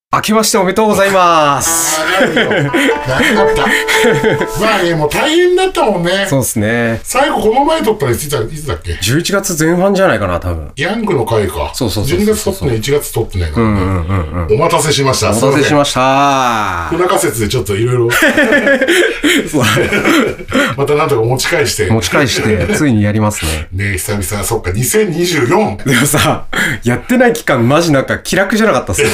明けましておめでとうございます。 なるほど。なかった。まあね、もう大変だったもんね。 そうですね。 最後この前撮ったのいつだっけ ?11 月前半じゃないかな、多分。 ヤングの回か。 そう。 12月撮ってない、1月撮ってないからね。お待たせしました。 お待たせしました。 不仲説でちょっといろいろ。またなんとか持ち返して、 ついにやりますね。 ねえ、久々、そっか、2024。 でもさ、やってない期間マジなんか気楽じゃなかったっすね。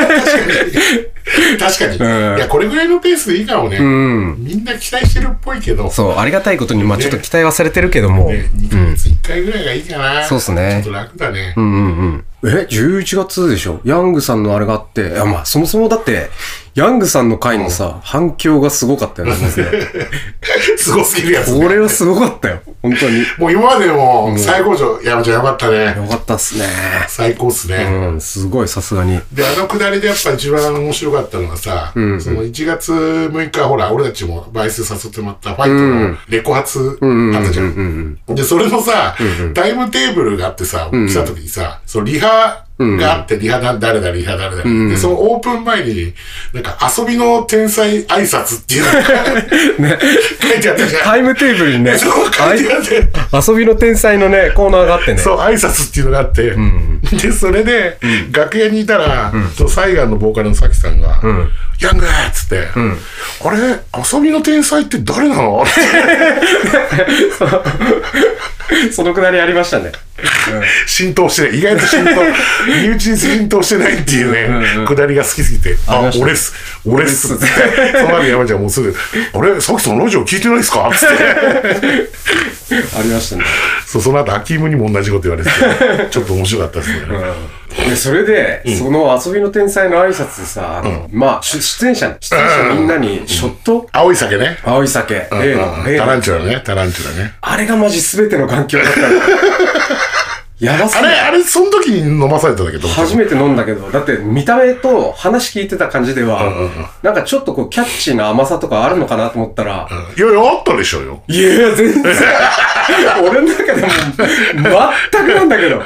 確かに。いや、これぐらいのペースでいいかもね。みんな期待してるっぽいけど。 そう、ありがたいことに、まあちょっと期待はされてるけども。 2ヶ月1回ぐらいがいいかな。 そうっすね。 ちょっと楽だね。 11月でしょ。ヤングさんのあれがあって、まあそもそもだって、ヤングさんの回のさ、反響がすごかったよね。 すごすぎるやつ。 これはすごかったよ。本当に。 もう今までも最高潮、山ちゃんよかったね。 よかったっすね。 最高っすね。 すごい、さすがに。 で、くだりでやっぱ一番面白かったのがさ、その1月6日、ほら、俺たちもバイス誘ってもらったファイトのレコ発あったじゃん。で、それのさ、タイムテーブルがあってさ、来た時にさ、そのリハがあって、リハ誰だ。で、そのオープン前に、なんか遊びの天才挨拶っていうのが書いてあったじゃん。 タイムテーブルにね、 そう書いてあって。 遊びの天才のね、コーナーがあってね。 そう、挨拶っていうのがあって、で、それで、楽屋にいたら、サイガンのボーカルのサキさんが、ヤングーっつって、あれ、遊びの天才って誰なのそのくだりありましたね。 浸透してない。意外と身内に浸透してないっていうね、くだりが好きすぎて、俺っす。その後山ちゃんもうすぐ、あれ、さきさんラジオ聞いてないっすかつって。 ありましたね。 そう、その後、アキームにも同じこと言われてて、ちょっと面白かったですね。 で、それで、その遊びの天才の挨拶でさ、まあ、出演者みんなに、ショット青い酒ね。 青い酒。 タランチュラね。 あれがマジ全ての環境だったの。やばすぎる。 あれ、その時に飲まされたんだけど。 初めて飲んだけど、だって見た目と話聞いてた感じでは、なんかちょっとこうキャッチーな甘さとかあるのかなと思ったら、 いや、あったでしょうよ。 いや、全然。俺の中でも、全くなんだけど。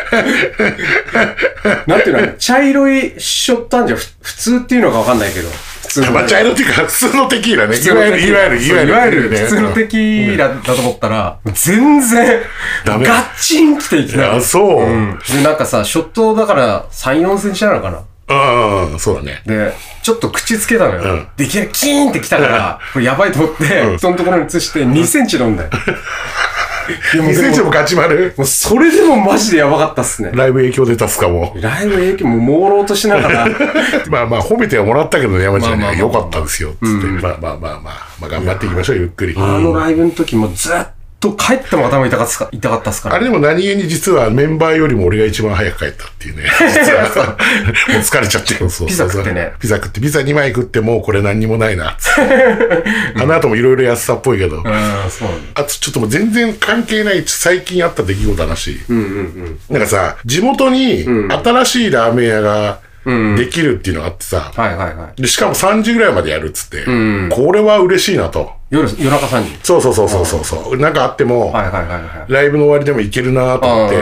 なんていうの、茶色いショットあんじゃん。普通っていうのかわかんないけど。 まあ、茶色っていうか、普通のテキーラね。いわゆる、 普通のテキーラだと思ったら、全然、ガッチン来ていきなり。 そう。 で、なんかさ、ショットだから3、4センチなのかな。 そうだね。 で、ちょっと口つけたのよ。で、いきなりキーンって来たから、これやばいと思って、人のところに移して2センチ飲んだよ。 2センチもガチ丸。 もうそれでもマジでやばかったっすね。 ライブ影響出たっすかも。 ライブ影響も朦朧としながら。 まあ、褒めてはもらったけどね、山ちゃんね。よかったですよ。つって。まあ、頑張っていきましょう、ゆっくり。 あのライブの時もずっと帰っても頭痛かったっすから。 あれでも何気に実はメンバーよりも俺が一番早く帰ったっていうね。実は、もう疲れちゃって。 ピザ食ってね。 ピザ2枚食ってもうこれ何にもないな。あの後もいろいろやってたっぽいけど。あとちょっともう全然関係ない最近あった出来事話。なんかさ、地元に新しいラーメン屋ができるっていうのがあってさ。で、しかも3時ぐらいまでやるっつって。これは嬉しいなと。 夜中3時。 そう。なんかあっても、ライブの終わりでも行けるなと思って、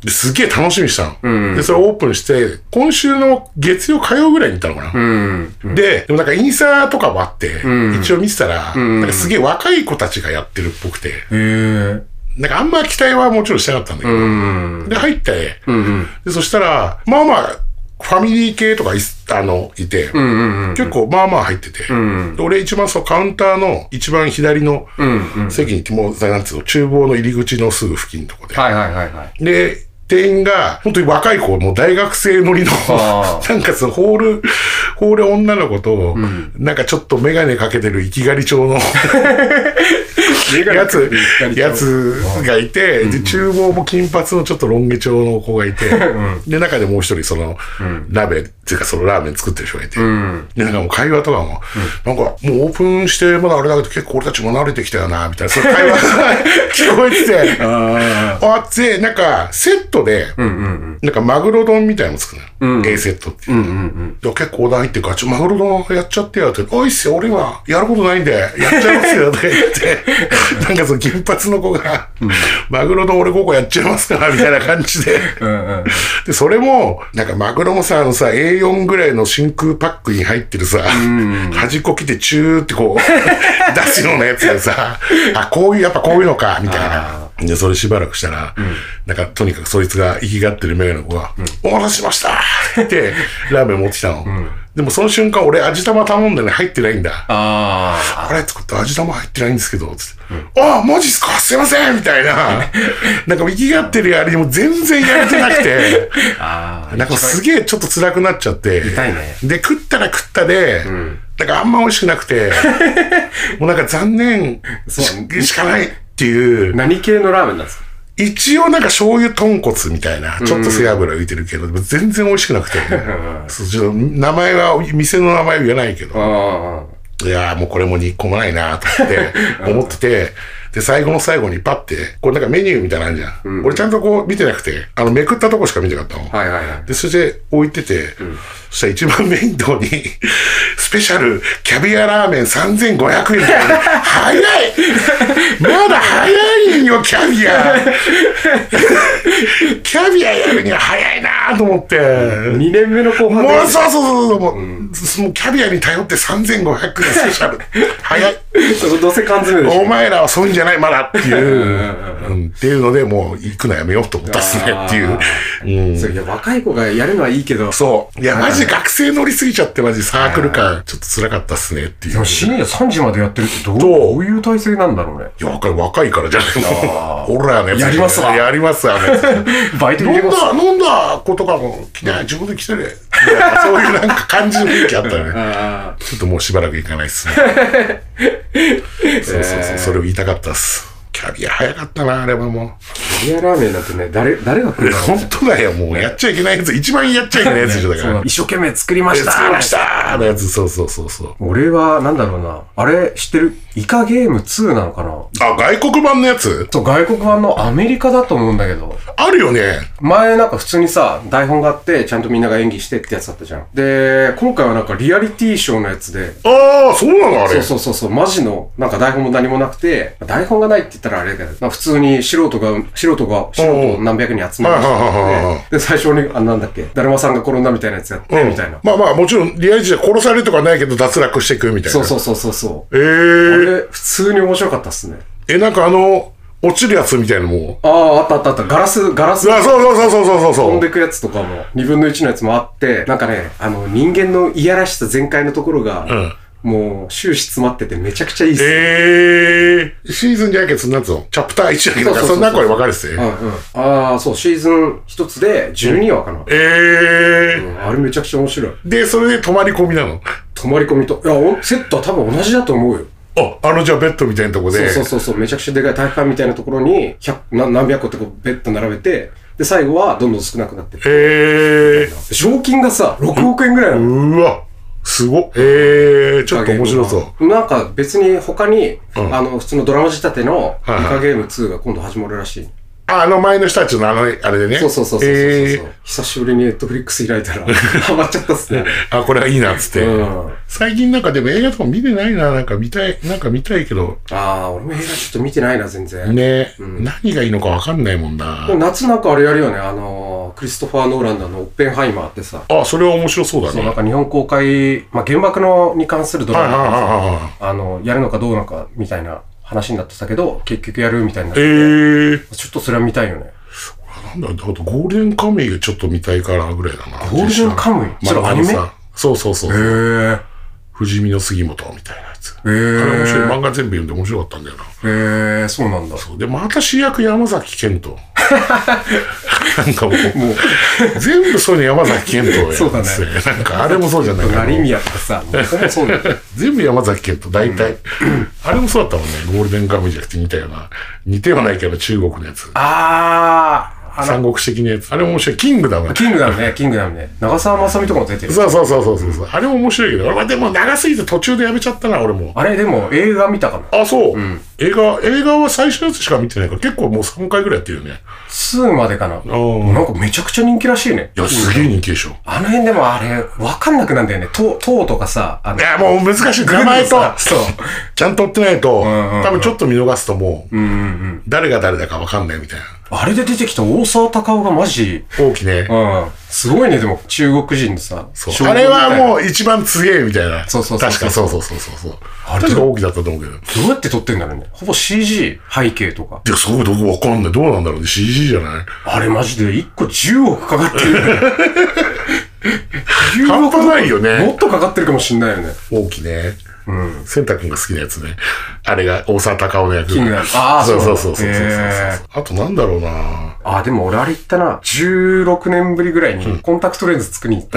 すげえ楽しみにしたの。で、それオープンして、今週の月曜火曜ぐらいに行ったのかな。でもなんかインスタとかもあって、一応見てたら、なんかすげえ若い子たちがやってるっぽくて、なんかあんま期待はもちろんしてなかったんだけど、で、入って、で、そしたら、まあまあ、ファミリー系とかいて、結構まあまあ入ってて、俺一番カウンターの一番左の席に、もう、なんつうの、厨房の入り口のすぐ付近のとこで。で、店員が、本当に若い子、もう大学生乗りの、なんかそのホール女の子と、なんかちょっとメガネかけてる生きがり調のやつがいて、で、厨房も金髪のちょっとロン毛調の子がいて、で、中でもう一人その、鍋、っていうかそのラーメン作ってる人がいて、で、なんかもう会話とかも、なんかもうオープンしてまだあれだけど結構俺たちも慣れてきたよな、みたいな、そういう会話が聞こえてて、で、なんか、セットで、なんかマグロ丼みたいなの作るの。A セットっていう。結構お題入ってるから、マグロ丼やっちゃってよって、おいっすよ、俺はやることないんで、やっちゃいますよ、とか言って、なんかその金髪の子が、マグロ丼俺ここやっちゃいますから、みたいな感じで。で、それも、なんかマグロもさ、A A4 ぐらいの真空パックに入ってるさ、端っこ切ってチューってこう、出すようなやつでさ、あ、やっぱこういうのか、みたいな。で、それしばらくしたら、なんかとにかくそいつが生きがってるメガネの子が、お待たせしましたって、ラーメン持ってきたの。でもその瞬間俺味玉頼んでね、入ってないんだ。あれ作って味玉入ってないんですけど、つって。あ、マジっすか、すいませんみたいな。なんか生きがってるやりにも全然やれてなくて、なんかすげえちょっと辛くなっちゃって。 痛いね。 で、食ったら食ったで、なんかあんま美味しくなくて、もうなんか残念しかないっていう。 何系のラーメンなんですか？ 一応なんか醤油豚骨みたいな、ちょっと背脂浮いてるけど、全然美味しくなくて、名前は、店の名前は言えないけど、いやーもうこれも2個もないなと思ってて、で、最後の最後にパッて、これなんかメニューみたいなのあるじゃん。俺ちゃんとこう見てなくて、めくったとこしか見てなかったの。で、それで置いてて、そしたら一番メインの方に、スペシャルキャビアラーメン3500円みたいな。早いまだ早いよ、キャビアキャビアやるには早いなと思って。 2年目の後半もうそう。もうキャビアに頼って3500円スペシャル。早い。 どうせ缶詰でしょ。 お前らはそういうんじゃないまだっていう、っていうのでもう行くのやめようと思ったっすねっていう。 そういや若い子がやるのはいいけど。 そう。いやマジ学生乗りすぎちゃってマジサークル感ちょっと辛かったっすねっていう。 でも深夜3時までやってるってどういう体制なんだろうね。 いや若いからじゃないの。俺らのやつ。 やりますわ。 やりますわ。 バイト入れます。 飲んだ子とかも来ない自分で来てね。そういうなんか感じの雰囲気あったね。ちょっともうしばらく行かないっすね。そう、それを言いたかったっす。キャビア早かったな、あれはもう。 キャビアラーメンなんてね、誰が食うの？ 本当だよ、もうやっちゃいけないやつ、一番やっちゃいけないやつでしょ、だから。 一生懸命作りましたーのやつ、そう。 俺は、なんだろうな。あれ、知ってる？イカゲーム2なのかな？ あ、外国版のやつ？ そう、外国版のアメリカだと思うんだけど。 あるよね。 前なんか普通にさ、台本があって、ちゃんとみんなが演技してってやつだったじゃん。で、今回はなんかリアリティショーのやつで。 ああ、そうなのあれ。 そう、マジの、なんか台本も何もなくて、台本がないって言ったらあれだけど、まあ、普通に素人何百人集まりましたで、最初に、なんだっけ、だるまさんが転んだみたいなやつやって、みたいな。 まあもちろんリアリティで殺されるとかないけど脱落していくみたいな。 そう。あれ、普通に面白かったっすね。 なんか落ちるやつみたいなのも。 あった。ガラス。 そう。 飛んでくやつとかも、2分の1のやつもあって、なんかね、人間のいやらしさ全開のところが、もう終始詰まっててめちゃくちゃいいっす。 シーズンじゃなきゃそんなやつをチャプター1だけどそんなこれ分かるっすね。 そう、シーズン1つで12話かな。あれめちゃくちゃ面白い。 で、それで泊まり込みなの？ 泊まり込みと、いや、セットは多分同じだと思うよ。 じゃあベッドみたいなとこで。 そう、めちゃくちゃでかい体育館みたいなところに、何百個ってこうベッド並べて、で、最後はどんどん少なくなってる。賞金がさ、6億円ぐらいなの。 うわ。すごっ。ちょっと面白そう。 なんか別に他に、普通のドラマ仕立てのイカゲーム2が今度始まるらしい。 前の人たちのあれでね。 そう。久しぶりにネットフリックス開いたら、ハマっちゃったっすね。 これはいいなっつって。最近なんかでも映画とか見てないな。なんか見たいけど。 俺も映画ちょっと見てないな、全然。 ね。何がいいのかわかんないもんな。 夏なんかあれやるよね。クリストファー・ノーランドのオッペンハイマーってさ。 それは面白そうだね。 そう、なんか日本公開、原爆に関するドラマやるのかどうなのかみたいな話になってたけど、結局やるみたいになってて、ちょっとそれは見たいよね。 なんだ、ゴールデンカムイがちょっと見たいからぐらいだな。 ゴールデンカムイ？それアニメ？ そう。不死身の杉本みたいなやつ。あれ面白い。漫画全部読んで面白かったんだよな。 そうなんだ。 で、また主役山崎賢人。なんかもう全部そういうの山崎賢人やつ。 そうだね。 なんかあれもそうじゃないかな。 成宮とかさ、そうだね。 全部山崎賢人、大体。あれもそうだったもんね。ゴールデンカムイじゃなくて似たような。似てはないけど中国のやつ。三国志的なやつ。あれも面白い。キングダムね。長澤まさみとかも出てる。そう。あれも面白いけど、俺でも長すぎて途中でやめちゃったな、俺も。 あれでも映画見たかな。 そう。映画は最初のやつしか見てないから、結構もう3回ぐらいやってるよね。 2までかな。なんかめちゃくちゃ人気らしいね。 いや、すげえ人気でしょ。 あの辺でもあれ、わかんなくなんだよね。塔とかさ。 いや、もう難しい。名前と、そう。ちゃんと追ってないと、多分ちょっと見逃すともう、誰が誰だかわかんないみたいな。 あれで出てきた大沢たかおがマジ。 大きね。 うん。すごいね、でも中国人のさ。 そう。あれはもう一番強いみたいな。 そうそうそう。 確かそう。あれ確か大きだったと思うけど。 どうやって撮ってんだろうね。ほぼ CG、背景とか。 いや、そうどこわかんない。どうなんだろうね。CG じゃないあれマジで1個10億かかってるよね。 半端ないよね。 もっとかかってるかもしんないよね。 大きね。 うん。 センタ君が好きなやつね。あれが大沢たかおの役。 キングダム。ああ、そうそう。あとなんだろうな。 あ、でも俺あれ言ったな。16年ぶりぐらいにコンタクトレンズ作りに行った。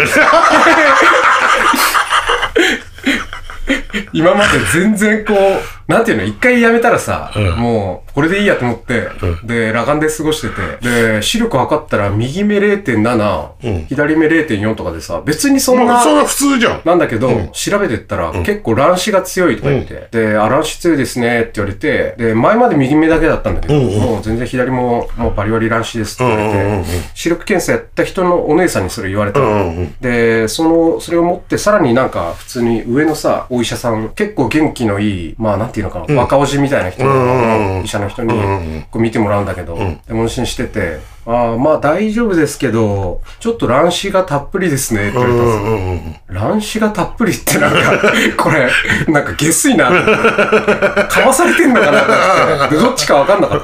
今まで全然こう、なんていうの、一回やめたらさ、もう、これでいいやと思って、で、裸眼で過ごしてて、で、視力測ったら右目 0.7、左目 0.4 とかでさ、別にそんな、 そんな普通じゃん。 なんだけど、調べてったら、結構乱視が強いとか言って、で、乱視強いですねって言われて、で、前まで右目だけだったんだけど、もう全然左も、もうバリバリ乱視ですって言われて、視力検査やった人のお姉さんにそれ言われたの。で、それを持って、さらになんか、普通に上のさ、お医者さん、結構元気のいい、まあなんていうのかな、若おじみたいな人の医者の人にこう見てもらうんだけど、で問診してて、まあ大丈夫ですけど、ちょっと乱視がたっぷりですねって言われたんですよ。乱視がたっぷりってなんか、これ、なんか下水な。かまされてんのかなって。どっちかわかんなかった。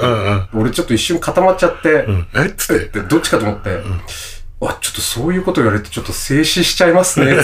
俺ちょっと一瞬固まっちゃって、 つって、 どっちかと思って、わ、ちょっとそういうこと言われてちょっと静止しちゃいますね。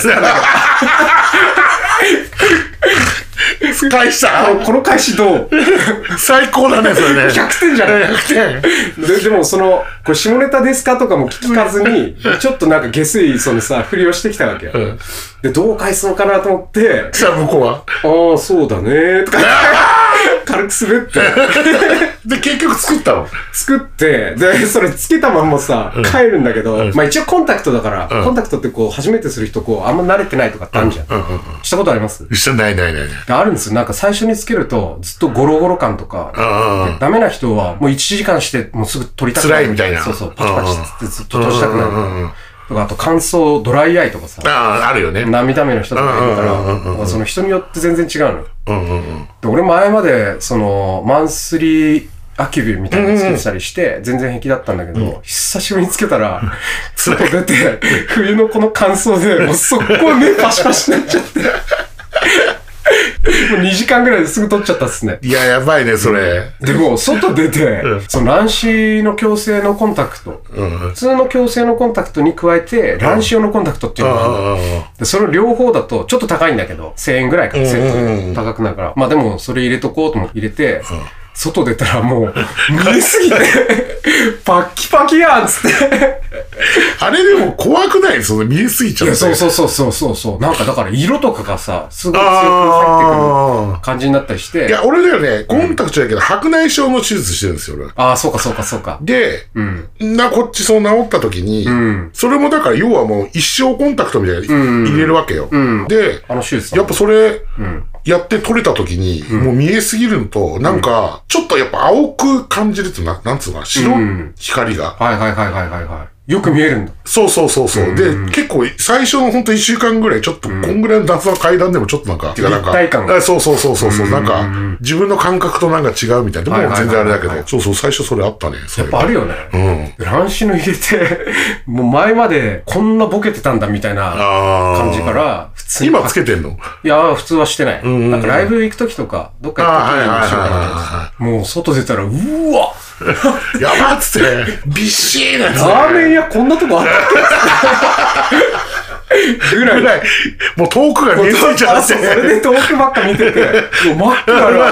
返したこの返しどう最高だね、それね。 100点じゃない ?100 点。でもこれ下ネタですかとかも聞かずに、ちょっとなんか下水、ふりをしてきたわけよ。で、どう返すのかなと思って。 じゃあ向こうはああ、そうだねとか。軽く滑って。 で、結局作ったの作って、で、それつけたまんまさ、帰るんだけど、まあ一応コンタクトだから、コンタクトってこう、初めてする人あんま慣れてないとかってあるじゃん。したことあります？ ない。 あるんですよ。なんか最初につけると、ずっとゴロゴロ感とか、ダメな人はもう1時間して、もうすぐ取りたくなる。 辛いみたいな。 そう、パチパチってずっと閉じたくなる。とか、あと乾燥、ドライアイとかさ。 あるよね。 涙目の人とかいるから、その人によって全然違うの。で、俺前まで、マンスリーアキュビューみたいなのつけてたりして、全然平気だったんだけど、久しぶりにつけたら、外出て、冬のこの乾燥で、もう速攻目パシパシになっちゃって。もう2時間ぐらいですぐ取っちゃったっすね。 いや、やばいね、それ。 でも、外出て、乱視の矯正のコンタクト。普通の矯正のコンタクトに加えて、乱視用のコンタクトっていうのがある。で、その両方だと、ちょっと高いんだけど、1000円ぐらいか、セット高くなるから。まあでも、それ入れとこうと思って入れて、外出たらもう、見えすぎて、パッキパキやんつって。 あれでも怖くない？見えすぎちゃう。いや、 そう。なんかだから色とかがさ、すごい強く入ってくる感じになったりして。 いや、俺だよね、コンタクトだけど、白内障の手術してるんですよ、俺。 ああ、そうか。 で、こっち治った時に、それもだから要はもう一生コンタクトみたいに入れるわけよ。で、やっぱそれ、やって取れた時に、もう見えすぎるのと、なんか、ちょっとやっぱ青く感じるってなんつうのかな、白光が。 はい。よく見えるんだ。 そう。で、結構、最初のほんと1週間ぐらい、ちょっと、こんぐらいの夏の階段でもちょっとなんか、 立体感が。 そう。なんか、自分の感覚となんか違うみたいな。でも全然あれだけど。そう、最初それあったね。 やっぱあるよね。乱視の入れて、もう前までこんなボケてたんだみたいな感じから、普通に。 今つけてんの？ いや、普通はしてない。なんかライブ行くときとか、どっか行くときにしようかな。もう外出たら、うわやばっつって、びっしーなやつ。 ラーメン屋こんなとこあったっけぐらい。 もう遠くが見えすぎちゃって。 それで遠くばっか見てて、もう真っ暗だわ。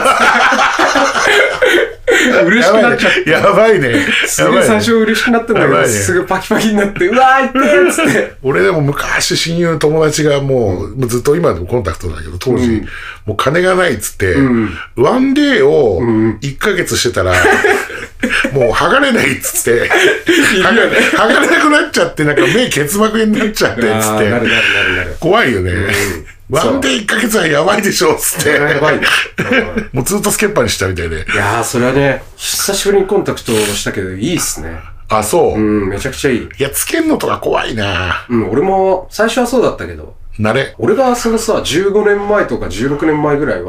嬉しくなっちゃって。 やばいね。 すぐ最初嬉しくなったんだけど、すぐパキパキになって、うわーいってーっつって。 俺でも昔親友の友達がもうずっと今でもコンタクトだけど、当時、もう金がないっつって、ワンデーを1ヶ月してたら、もう剥がれないっつって、剥がれなくなっちゃって、なんか目結膜になっちゃってっつって、怖いよね。ワンデー1ヶ月はやばいでしょっつって。 やばいね。 もうずっとつけっぱにしたみたいで。 いやー、それはね、久しぶりにコンタクトしたけど、いいっすね。 あ、そう。 めちゃくちゃいい。 いや、つけんのとか怖いな。 俺も最初はそうだったけど。 慣れ。 俺が15年前とか16年前ぐらいは、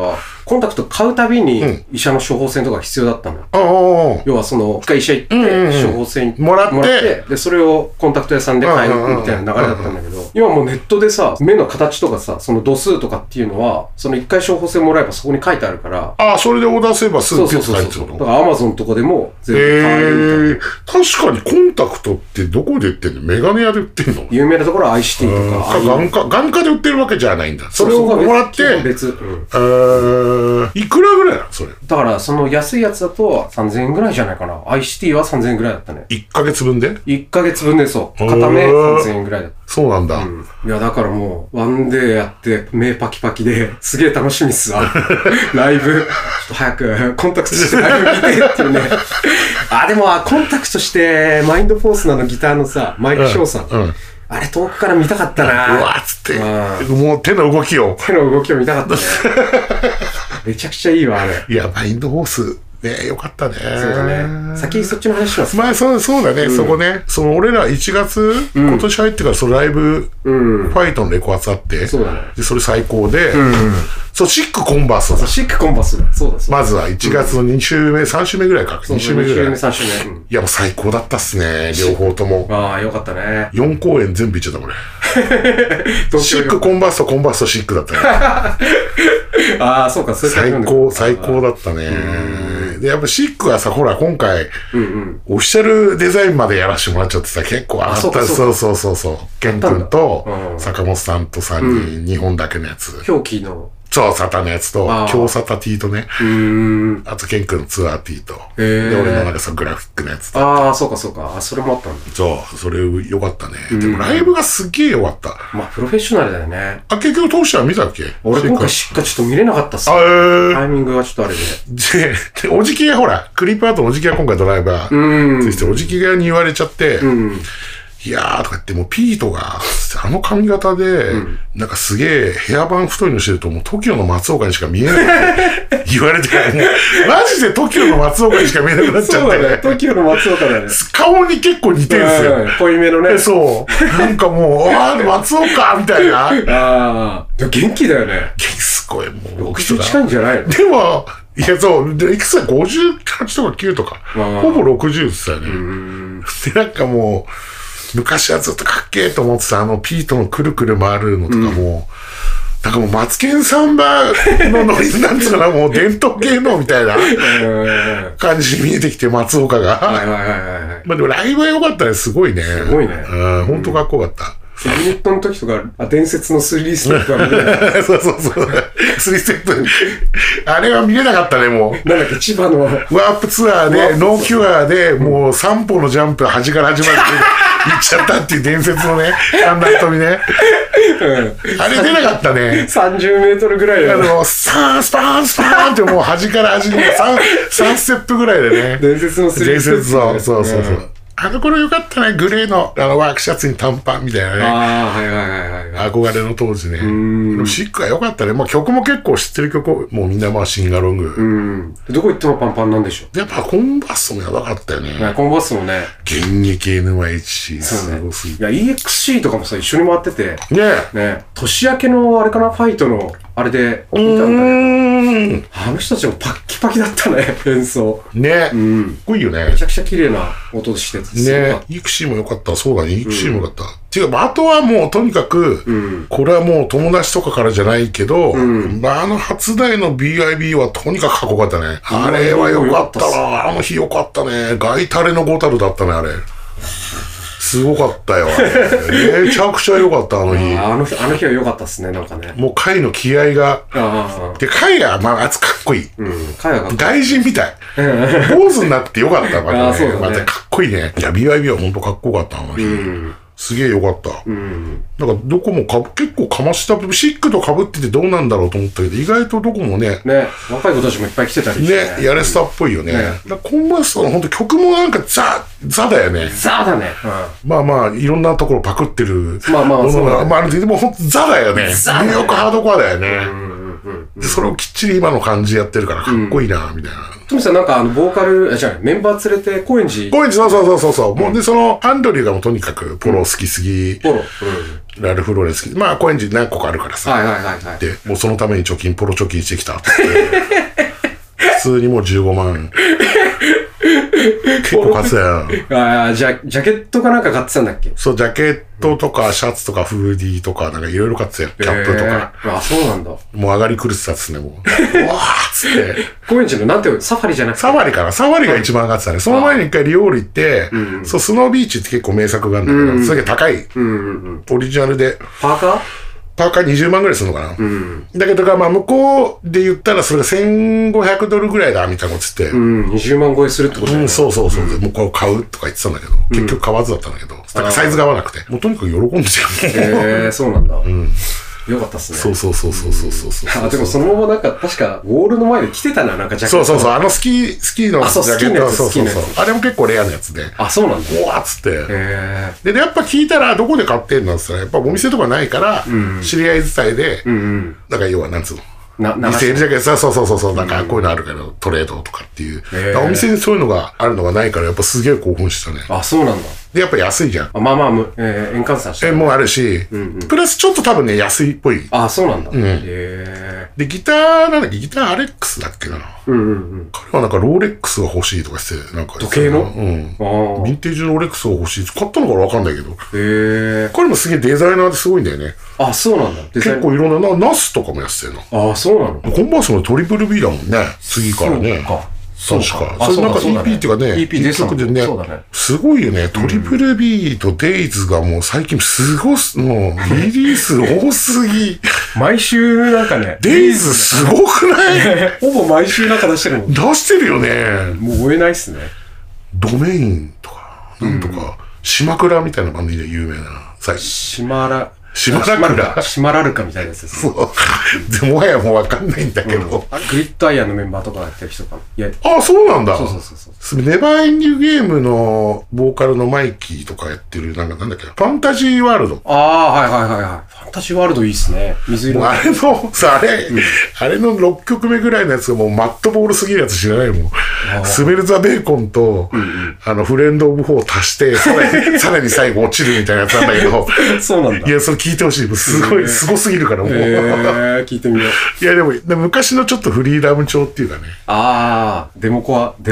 コンタクト買うたびに医者の処方箋とか必要だったのよ。要は一回医者行って、処方箋もらって、で、それをコンタクト屋さんで買うみたいな流れだったんだけど、今もうネットでさ、目の形とかさ、その度数とかっていうのは、その一回処方箋もらえばそこに書いてあるから。 それでオーダーすればすぐピュッと入ってるの？ だからアマゾンとかでも全部買えるみたいな。 確かにコンタクトってどこで売ってんの？メガネ屋で売ってんの？ 有名なところはアイシティとか。 眼科で売ってるわけじゃないんだ。それをもらって、 別。 いくらぐらいなのそれ？ だから、その安いやつだと3000円ぐらいじゃないかな。アイシティは3000円ぐらいだったね。 1ヶ月分で ?1 ヶ月分でそう。片目3000円ぐらいだった。 そうなんだ。 いや、だからもう、ワンデーやって、目パキパキで、すげえ楽しみっすわ。ライブ、ちょっと早くコンタクトしてライブ見てっていうね。でも、コンタクトして、マインドフォースのギターのさ、マイク・ショーさん。あれ遠くから見たかったな。 うわっつって。もう手の動きを見たかったね。めちゃくちゃいいわ、あれ。 いや、マインドフォース。ねよかったね。そうだね。先そっちの話しますか。 そうだね、そこね。俺ら1月、今年入ってからライブ、ファイトのレコ発あって、 そうだね。 で、それ最高で、シックコンバース。 シックコンバース。そうだ。 まずは1月の2週目、3週目ぐらいか。2週目ぐらい。 2週目、3週目。 いや、もう最高だったっすね、両方とも。 よかったね。 4公演全部行っちゃった、これ。シックコンバースとコンバースとシックだったね。そうか、 最高だったね。で、やっぱシックはさ、ほら、今回、オフィシャルデザインまでやらせてもらっちゃってさ、結構あった。そう。ケン君と、坂本さんと3人、2本だけのやつ。 表記の。 そう、サタのやつと、今日サタ T とね。あと、ケン君のツアー T と。で、俺のなんかグラフィックのやつと。 そうか。それもあったんだ。 そう、それ良かったね。でも、ライブがすっげえ良かった。 プロフェッショナルだよね。 結局、当時は見たっけ？ 俺今回しっかりちょっと見れなかったっす。タイミングがちょっとあれで。 で、おじきがほら、クリップアートのおじきが今回ドライバーついて、おじきがに言われちゃって、いやーとか言って、もうピートが、あの髪型で、なんかすげえヘアバン太いのしてると、もう TOKIO の松岡にしか見えないって言われて、もう、マジで TOKIO の松岡にしか見えなくなっちゃって。 そうだね。TOKIO の松岡だね。 顔に結構似てるんですよ。 濃いめのね。 そう。なんかもう、松岡みたいな。 元気だよね。 すごい、もう。 60近いんじゃないの？ でも、いや、そう。で、いくつか58とか9とか、ほぼ60って言ったよね。で、なんかもう、昔はずっとかっけーと思ってたピートのくるくる回るのとかも、なんかもうマツケンサンバのノリなんつうかな、もう伝統芸能みたいな感じに見えてきて、松岡が。まあでもライブは良かったね、すごいね。 すごいね。 ほんとかっこよかった。 ユニットの時とか、伝説の3ステップは見れない。 そう。3ステップ。あれは見れなかったね、もう。 なんだっけ、千葉の。 ワープツアーで、ノーキュアで、もう3歩のジャンプ、端から端まで行っちゃったっていう伝説のね、あんな飛びね。あれ出なかったね。 30メートルぐらいだよ。 スパーンってもう端から端に3ステップぐらいでね。 伝説の3ステップ。 伝説の、そう。あの頃よかったね、グレーのワークシャツに短パンみたいなね。憧れの当時ね。シックはよかったね。まあ曲も結構知ってる曲、もうみんなシンガロング。 どこ行ってもパンパンなんでしょ？ やっぱコンバッソもやばかったよね。 コンバッソもね。 現役 NYHC、すごすぎて。 いや、EXC とかもさ、一緒に回ってて。 ね。 年明けのあれかな、ファイトの、あれで見たんだけど。あの人たちもパッキパキだったね、演奏。 ね。かっこいいよね。 めちゃくちゃ綺麗な音してて。 ね。EXC もよかった。そうだね、EXC もよかった。ていうか、あとはもうとにかく、これはもう友達とかからじゃないけど、初代の BIB はとにかくかっこよかったね。あれはよかったな。あの日よかったね。ガイタレのゴタルだったね、あれ。すごかったよ。めちゃくちゃ良かった、あの日。 あの日は良かったっすね、なんかね。 もう貝の気合が。で、貝が、かっこいい。 貝が外人みたい。坊主になってよかった、またかっこいいね。いや、BYB はほんとかっこよかった、あの日。すげえよかった。なんかどこも結構かました、シックと被っててどうなんだろうと思ったけど、意外とどこもね。 若い子たちもいっぱい来てたりして。 ね、やれスタっぽいよね。コンバーストのほんと曲もなんかザだよね。 ザだね。 まあ、いろんなところパクってる。 まあ、 でもほんとザだよね。ニューヨークハードコアだよね。で、それをきっちり今の感じやってるからかっこいいな、みたいな。 トミさんなんかボーカル、メンバー連れて高円寺。 そう。もうで、アンドリューがもうとにかくポロ好きすぎ。 ラルフローレン好き。まあ、高円寺何個かあるからさ。 はいはいはいはい。 で、もうそのためにポロ貯金してきたって。普通にもう15万。結構買ってたよ。 ああ、ジャケットかなんか買ってたんだっけ？ そう、ジャケットとかシャツとかフーディーとか、なんかいろいろ買ってたよ。キャップとか。 あ、そうなんだ。 もう上がり狂ってたっすね、もう。うわーっつって。 高円寺のなんていうサファリじゃなくて。 サファリかな。サファリが一番上がってたね。その前に一回リオール行って、そう、スノービーチって結構名作があるんだけど、すげえ高い。オリジナルで。 パーカー 20万ぐらいするのかな。だけど、まあ、向こうで言ったらそれが1500ドルぐらいだ、みたいなこと言って。 20万超えするってことだよね。 そうそうそう。向こう買うとか言ってたんだけど、結局買わずだったんだけど、だからサイズが合わなくて。もうとにかく喜んでたよ。そうなんだ。よかったっすね。 そう。 あ、でもそのままなんか、確か、ウォールの前で着てたな、なんかジャケット。 そう。スキーのジャケット。そう。あれも結構レアなやつで。 あ、そうなんだ。 うわーっつって。で、やっぱ聞いたら、どこで買ってんのって言ったら、やっぱお店とかないから、知り合い伝いで、だから要は、なんつうの。2000円じゃけど、そう、なんかこういうのあるけど、トレードとかっていう。お店にそういうのがあるのがないから、やっぱすげえ興奮したね。 あ、そうなんだ。 で、やっぱ安いじゃん。 まあまあ、円換算して。 もうあるし、プラスちょっと多分ね、安いっぽい。 あ、そうなんだ。 で、ギターアレックスだっけな。彼はなんかローレックスが欲しいとかして、なんか。 時計の？ ヴィンテージのローレックスが欲しい。買ったのかわかんないけど。彼もすげえデザイナーですごいんだよね。 あ、そうなんだ。 結構いろんな、ナスとかもやってたよな。 あ、そうなの？ コンバースのトリプル B だもんね。次からね。確か。それなんか EP っていうかね、 EP 曲でね、すごいよね。トリプル B とデイズがもう最近もうリリース多すぎ。 毎週なんかね。 デイズすごくないほぼ毎週なんか出してるもん。 出してるよね。 もう追えないっすね。 ドメインとか、なんとか、島倉みたいなバンドで有名な。 島ラルカみたいなやつですね。そう。でもはやもうわかんないんだけど。グリッドアイアンのメンバーとかやってる人かな。 あ、そうなんだ。 そう。 ネバーエンディングゲームのボーカルのマイキーとかやってる、なんだっけ、ファンタジーワールド。 ああ、はい。ファンタジーワールドいいっすね。水色。 あれの6曲目ぐらいのやつがもうマットボールすぎるやつ知らないもん。スメルザ・ベーコンと、フレンド・オブ・フォー足して、さらに最後落ちるみたいなやつなんだけど。 そうなんだ。 いや、それ聞いてほしい。すごすぎるからもう。 聞いてみよう。 いや、でも、昔のちょっとフリーダム調っていうかね。 ああ、デモコア。 で、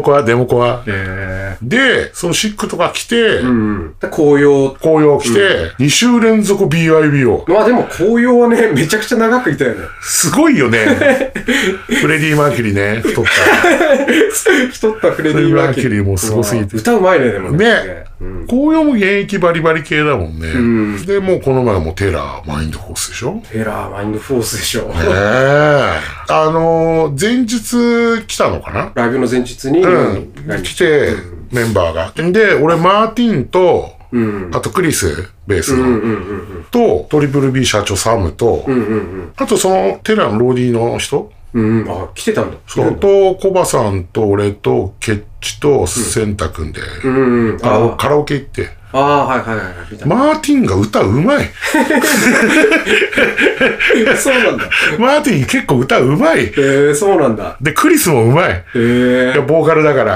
そのシックとか来て、 紅葉来て、2週連続 BIB を。 まあでも紅葉はね、めちゃくちゃ長くいたよね。 すごいよね。フレディ・マーキュリーね、太ったフレディ・マーキュリーもすごすぎて。 歌うまいね、でもね。 紅葉も現役バリバリ系だもんね。で、もうこの前もテラー、マインドフォースでしょ？ テラー、マインドフォースでしょ。 前日来たのかな？ ライブの前日に来て、メンバーが。で、俺、マーティンと、あとクリス、ベースの、と、トリプル B 社長サムと、あとそのテラのローディーの人、 あ、来てたんだ。 そうと、コバさんと俺と、ケッチと、センタ君で、カラオケ行って。 ああ、はい。 マーティンが歌うまい。 そうなんだ。 マーティン結構歌うまい。 そうなんだ。 で、クリスもうまい。いや、ボーカルだから。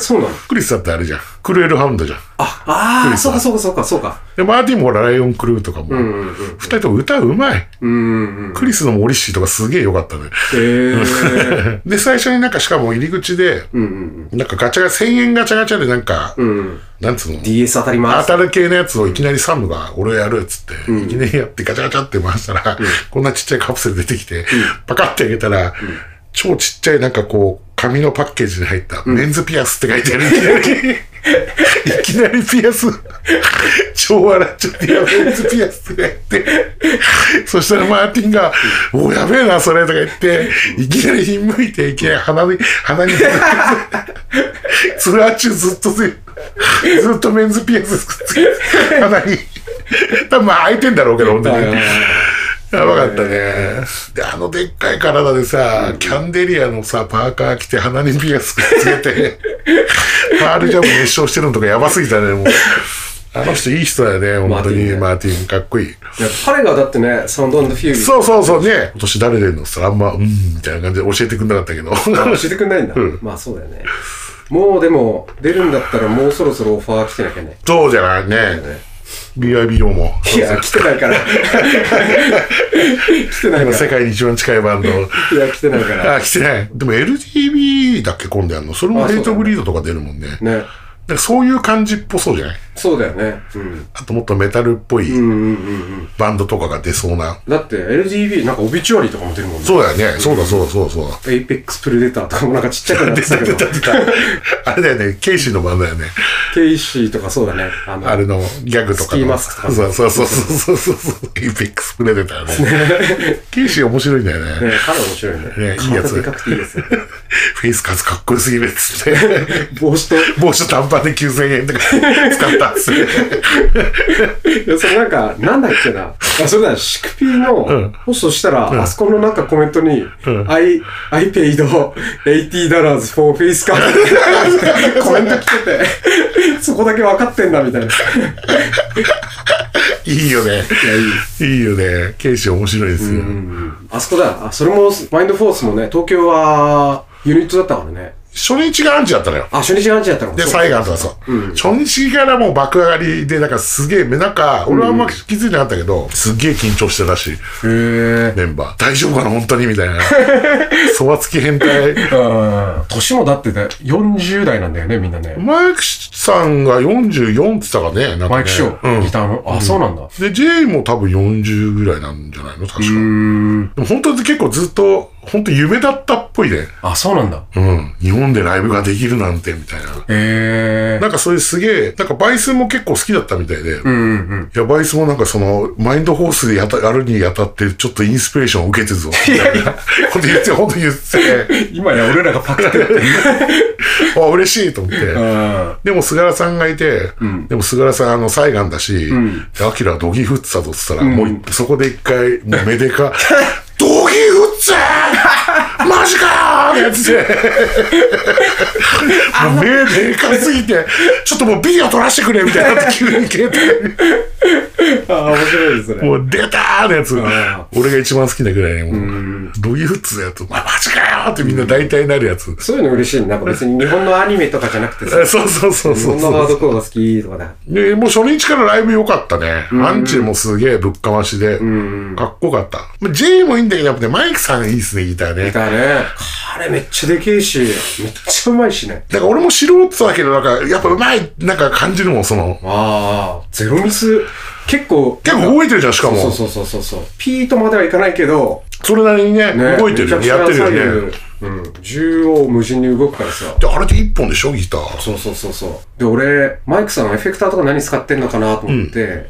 そうなの？ クリスだってあれじゃん。クルエルハウンドじゃん。 そうか。 で、マーティンもライオンクルーとかも、二人とも歌うまい。クリスのモリッシーとかすげえ良かったね。で、最初になんかしかも入り口で、なんか1000円ガチャガチャでなんか、なんつうの ?DS 当たります。 当たる系のやつをいきなりサムが俺やるっつって、いきなりやってガチャガチャって回したら、こんなちっちゃいカプセル出てきて、パカってあげたら、超ちっちゃいなんかこう、紙のパッケージに入ったメンズピアスって書いてある。いきなりピアス、超笑っちゃって、メンズピアスって書いて、そしたらマーティンが、お、やべえな、それとか言って、いきなりひんむいて、いきなり鼻に、ツアー中ずっとメンズピアスくっつけて、鼻に、多分まあ開いてんだろうけど、本当に。やばかったね。で、でっかい体でさ、キャンデリアのさ、パーカー着て鼻にピアスくっつけて、パールジャム熱唱してるのとかやばすぎたね、もう。あの人いい人だよね、本当に。マーティン、かっこいい。 彼がだってね、サウンド&フューリー。 そうね。今年誰出るのって言ったらあんま、みたいな感じで教えてくんなかったけど。 教えてくんないんだ。まあそうだよね。もうでも、出るんだったらもうそろそろオファー来てなきゃね。 そうじゃないね。 BIBO も。 いや、来てないから。来てないから。 世界に一番近いバンド。いや、来てないから。 あ、来てない。でも LTV だっけ今度やるの？それもヘイトブリードとか出るもんね。ね。そういう感じっぽそうじゃない？ そうだよね。うん。 あともっとメタルっぽいバンドとかが出そうな。 だって LGB なんかオビチュアリーとかも出るもんね。 そうだよね。そうだ。 エイペックスプレデターとかもなんかちっちゃくなってたけど。出た。あれだよね。ケイシーのバンドだよね。 ケイシーとかそうだね。 あれのギャグとか。 スキーマスクとか。 そう。エイペックスプレデターね。ケイシー面白いんだよね。 ね、彼面白いね。 いいやつ。 でかくていいですよ。 フェイスカツかっこよすぎるっつって。 帽子と短パンで9000円とか使ったっつって。 いや、それなんか、なんだっけな。それだ、シクピーのホストしたら、あそこのなんかコメントに、I paid $80 for face card ってコメント来てて、そこだけ分かってんだみたいな。 いいよね。いいよね。ケイシー面白いですよ。 あそこだ。それも、マインドフォースもね、東京はユニットだったからね。 初日がアンチだったのよ。 初日がアンチだったの。 で、サイガンとかそう。初日からもう爆上がりで、なんかすげえ、なんか、俺はあんま気づいてなかったけど、すげえ緊張してたし、メンバー。大丈夫かな、本当にみたいな。そわつき変態。 年もだって40代なんだよね、みんなね。 マイクさんが44って言ったからね、なんかね。 マイクショー、ギターの。あ、そうなんだ。 で、J も多分40ぐらいなんじゃないの、確か。でも本当に結構ずっと、本当夢だったっぽいね。 あ、そうなんだ。 日本でライブができるなんて、みたいな。なんかそういうすげえ、なんかバイスも結構好きだったみたいで。いや、バイスもなんかその、マインドフォースでやるにあたって、ちょっとインスピレーションを受けてるぞ。いやいや、本当言って。 今や俺らがパクってって。 あ、嬉しいと思って。でも菅原さんがいて、でも菅原さんサイガンだし、アキラはドギフッツァとって言ったら、もうそこで一回、もうめでか、ドギフッツァマジかーってやつで。もう目でかすぎて、ちょっともうビデオ撮らせてくれみたいな急に携帯。 面白いですね。 もう出たーのやつ。俺が一番好きなぐらいね。ドギフッツのやつ。マジかよーってみんな大体なるやつ。 そういうの嬉しいね。なんか別に日本のアニメとかじゃなくてさ。 そう。日本のハードコアが好きとかだ。 で、もう初日からライブ良かったね。アンチもすげえぶっかましで、かっこよかった。J もいいんだけど、やっぱね、マイクさんいいっすね、ギターね。 ギターね。彼めっちゃでけえし、めっちゃうまいしね。 だから俺も素人だけど、なんか、やっぱうまい、なんか感じるもん、その。 ゼロミス、結構動いてるじゃん、しかも。 そう。ピートまではいかないけど、 それなりにね、動いてるよね、やってるよね。 縦横無尽に動くからさ。 で、あれで一本でしょ、ギター。 そう。で、俺、マイクさんエフェクターとか何使ってんのかなと思って、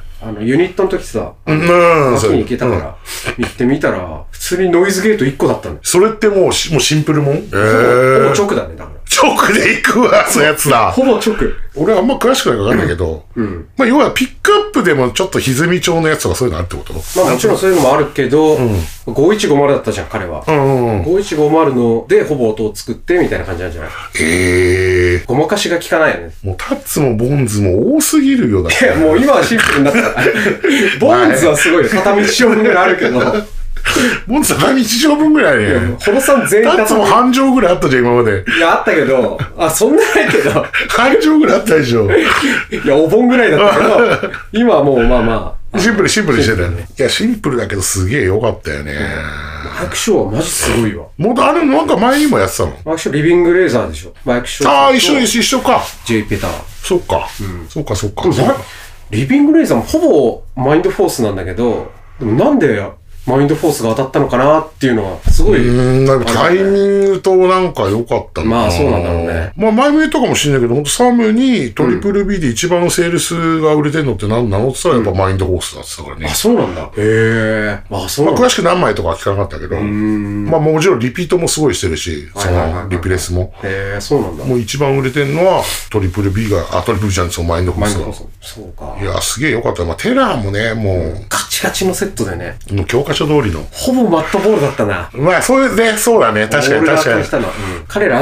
ユニットの時さ、秋に行けたから、行ってみたら、普通にノイズゲート1個だったの。 それってもうシンプルもん？ほぼ直だね、だから。 直で行くわ、そうやつだ。 ほぼ直。 俺はあんま詳しくないか分かんないけど、まあ要はピックアップでもちょっと歪み調のやつとかそういうのあるってこと？ まあもちろんそういうのもあるけど、5150だったじゃん、彼は。5150のでほぼ音を作ってみたいな感じなんじゃない？ごまかしが効かないよね。 もうタッツもボンズも多すぎるよだって。 いや、もう今はシンプルになったから。ボンズはすごい、片道4分ぐらいあるけど。 ボンズ片道4分ぐらいね。 ホロさん全員タッツも半畳ぐらいあったじゃん、今まで。 いや、あったけど、そんなないけど。 半畳ぐらいあったでしょ。 いや、お盆ぐらいだったけど、今はもうまあ。 シンプルにしてたよね。いや、シンプルだけどすげえ良かったよね。 マイクショーはマジすごいわ。 もうなんか前にもやってたの？ マイクショーリビングレーザーでしょ。マイクショー。 ああ、一緒か。 J ペター。 そっか。そっか。 リビングレーザーもほぼマインドフォースなんだけど、でもなんでマインドフォースが当たったのかなっていうのはすごい。 なんかタイミングとなんか良かったな。まあそうなんだろうね。 まあ前も言ったかもしれないけど、ほんとサムにトリプル B で一番セールスが売れてるのって何なのって言ったらやっぱマインドフォースだって言ったからね。 あ、そうなんだ。へえ。そうなんだ。 詳しく何枚とかは聞かなかったけど、まあもちろんリピートもすごいしてるし、そのリプレスも。 へえ、そうなんだ。 もう一番売れてるのはトリプル B が、トリプルじゃん、そのマインドフォースが。 そうか。 いや、すげえ良かった。まあテラーもね、もう。 ガチガチのセットでね。 教科書通りの。 ほぼマットボールだったな。 まあそうだね、確かに。 彼らはね、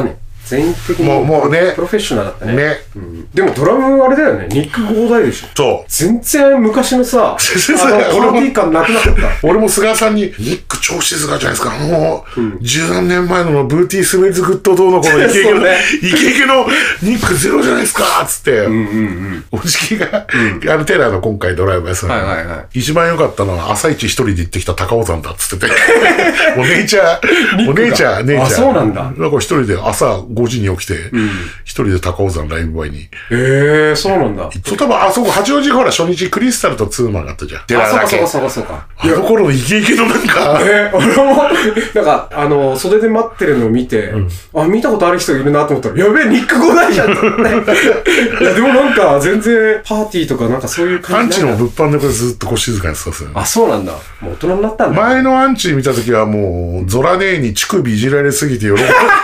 全員的にもうね、 プロフェッショナルだったね。 ね。 でもドラムあれだよね、ニック・ゴーダイでしょ。 そう。 全然昔のさ、パーティー感なくなかった。 俺も菅さんに、ニック超静かじゃないですか。もう、十何年前のブーティー・スメルズ・グッド・ドーのこのイケイケの、イケイケのニックゼロじゃないですかつって、おじきが、テラーの今回ドライバーさん、一番良かったのは朝一一人で行ってきた高尾山だっつってて、もう姉ちゃん。 あ、そうなんだ。 なんか一人で朝5時に起きて、一人で高尾山ライブ前に。 そうなんだ。 そう、多分、あそこ、八王子ほら、初日クリスタルとツーマンがあったじゃん。 そうか。 あの頃のイケイケのなんか。 俺も、なんか、袖で待ってるのを見て、見たことある人いるなと思ったら、やべえ、ニック・ゴーダイじゃんって。いや、でもなんか、全然、パーティーとかなんかそういう感じ。 アンチの物販でずっとこう静かにしてたんですよ。 あ、そうなんだ。もう大人になったんだ。 前のアンチ見たときはもう、ゾラ姉に乳首いじられすぎて喜ん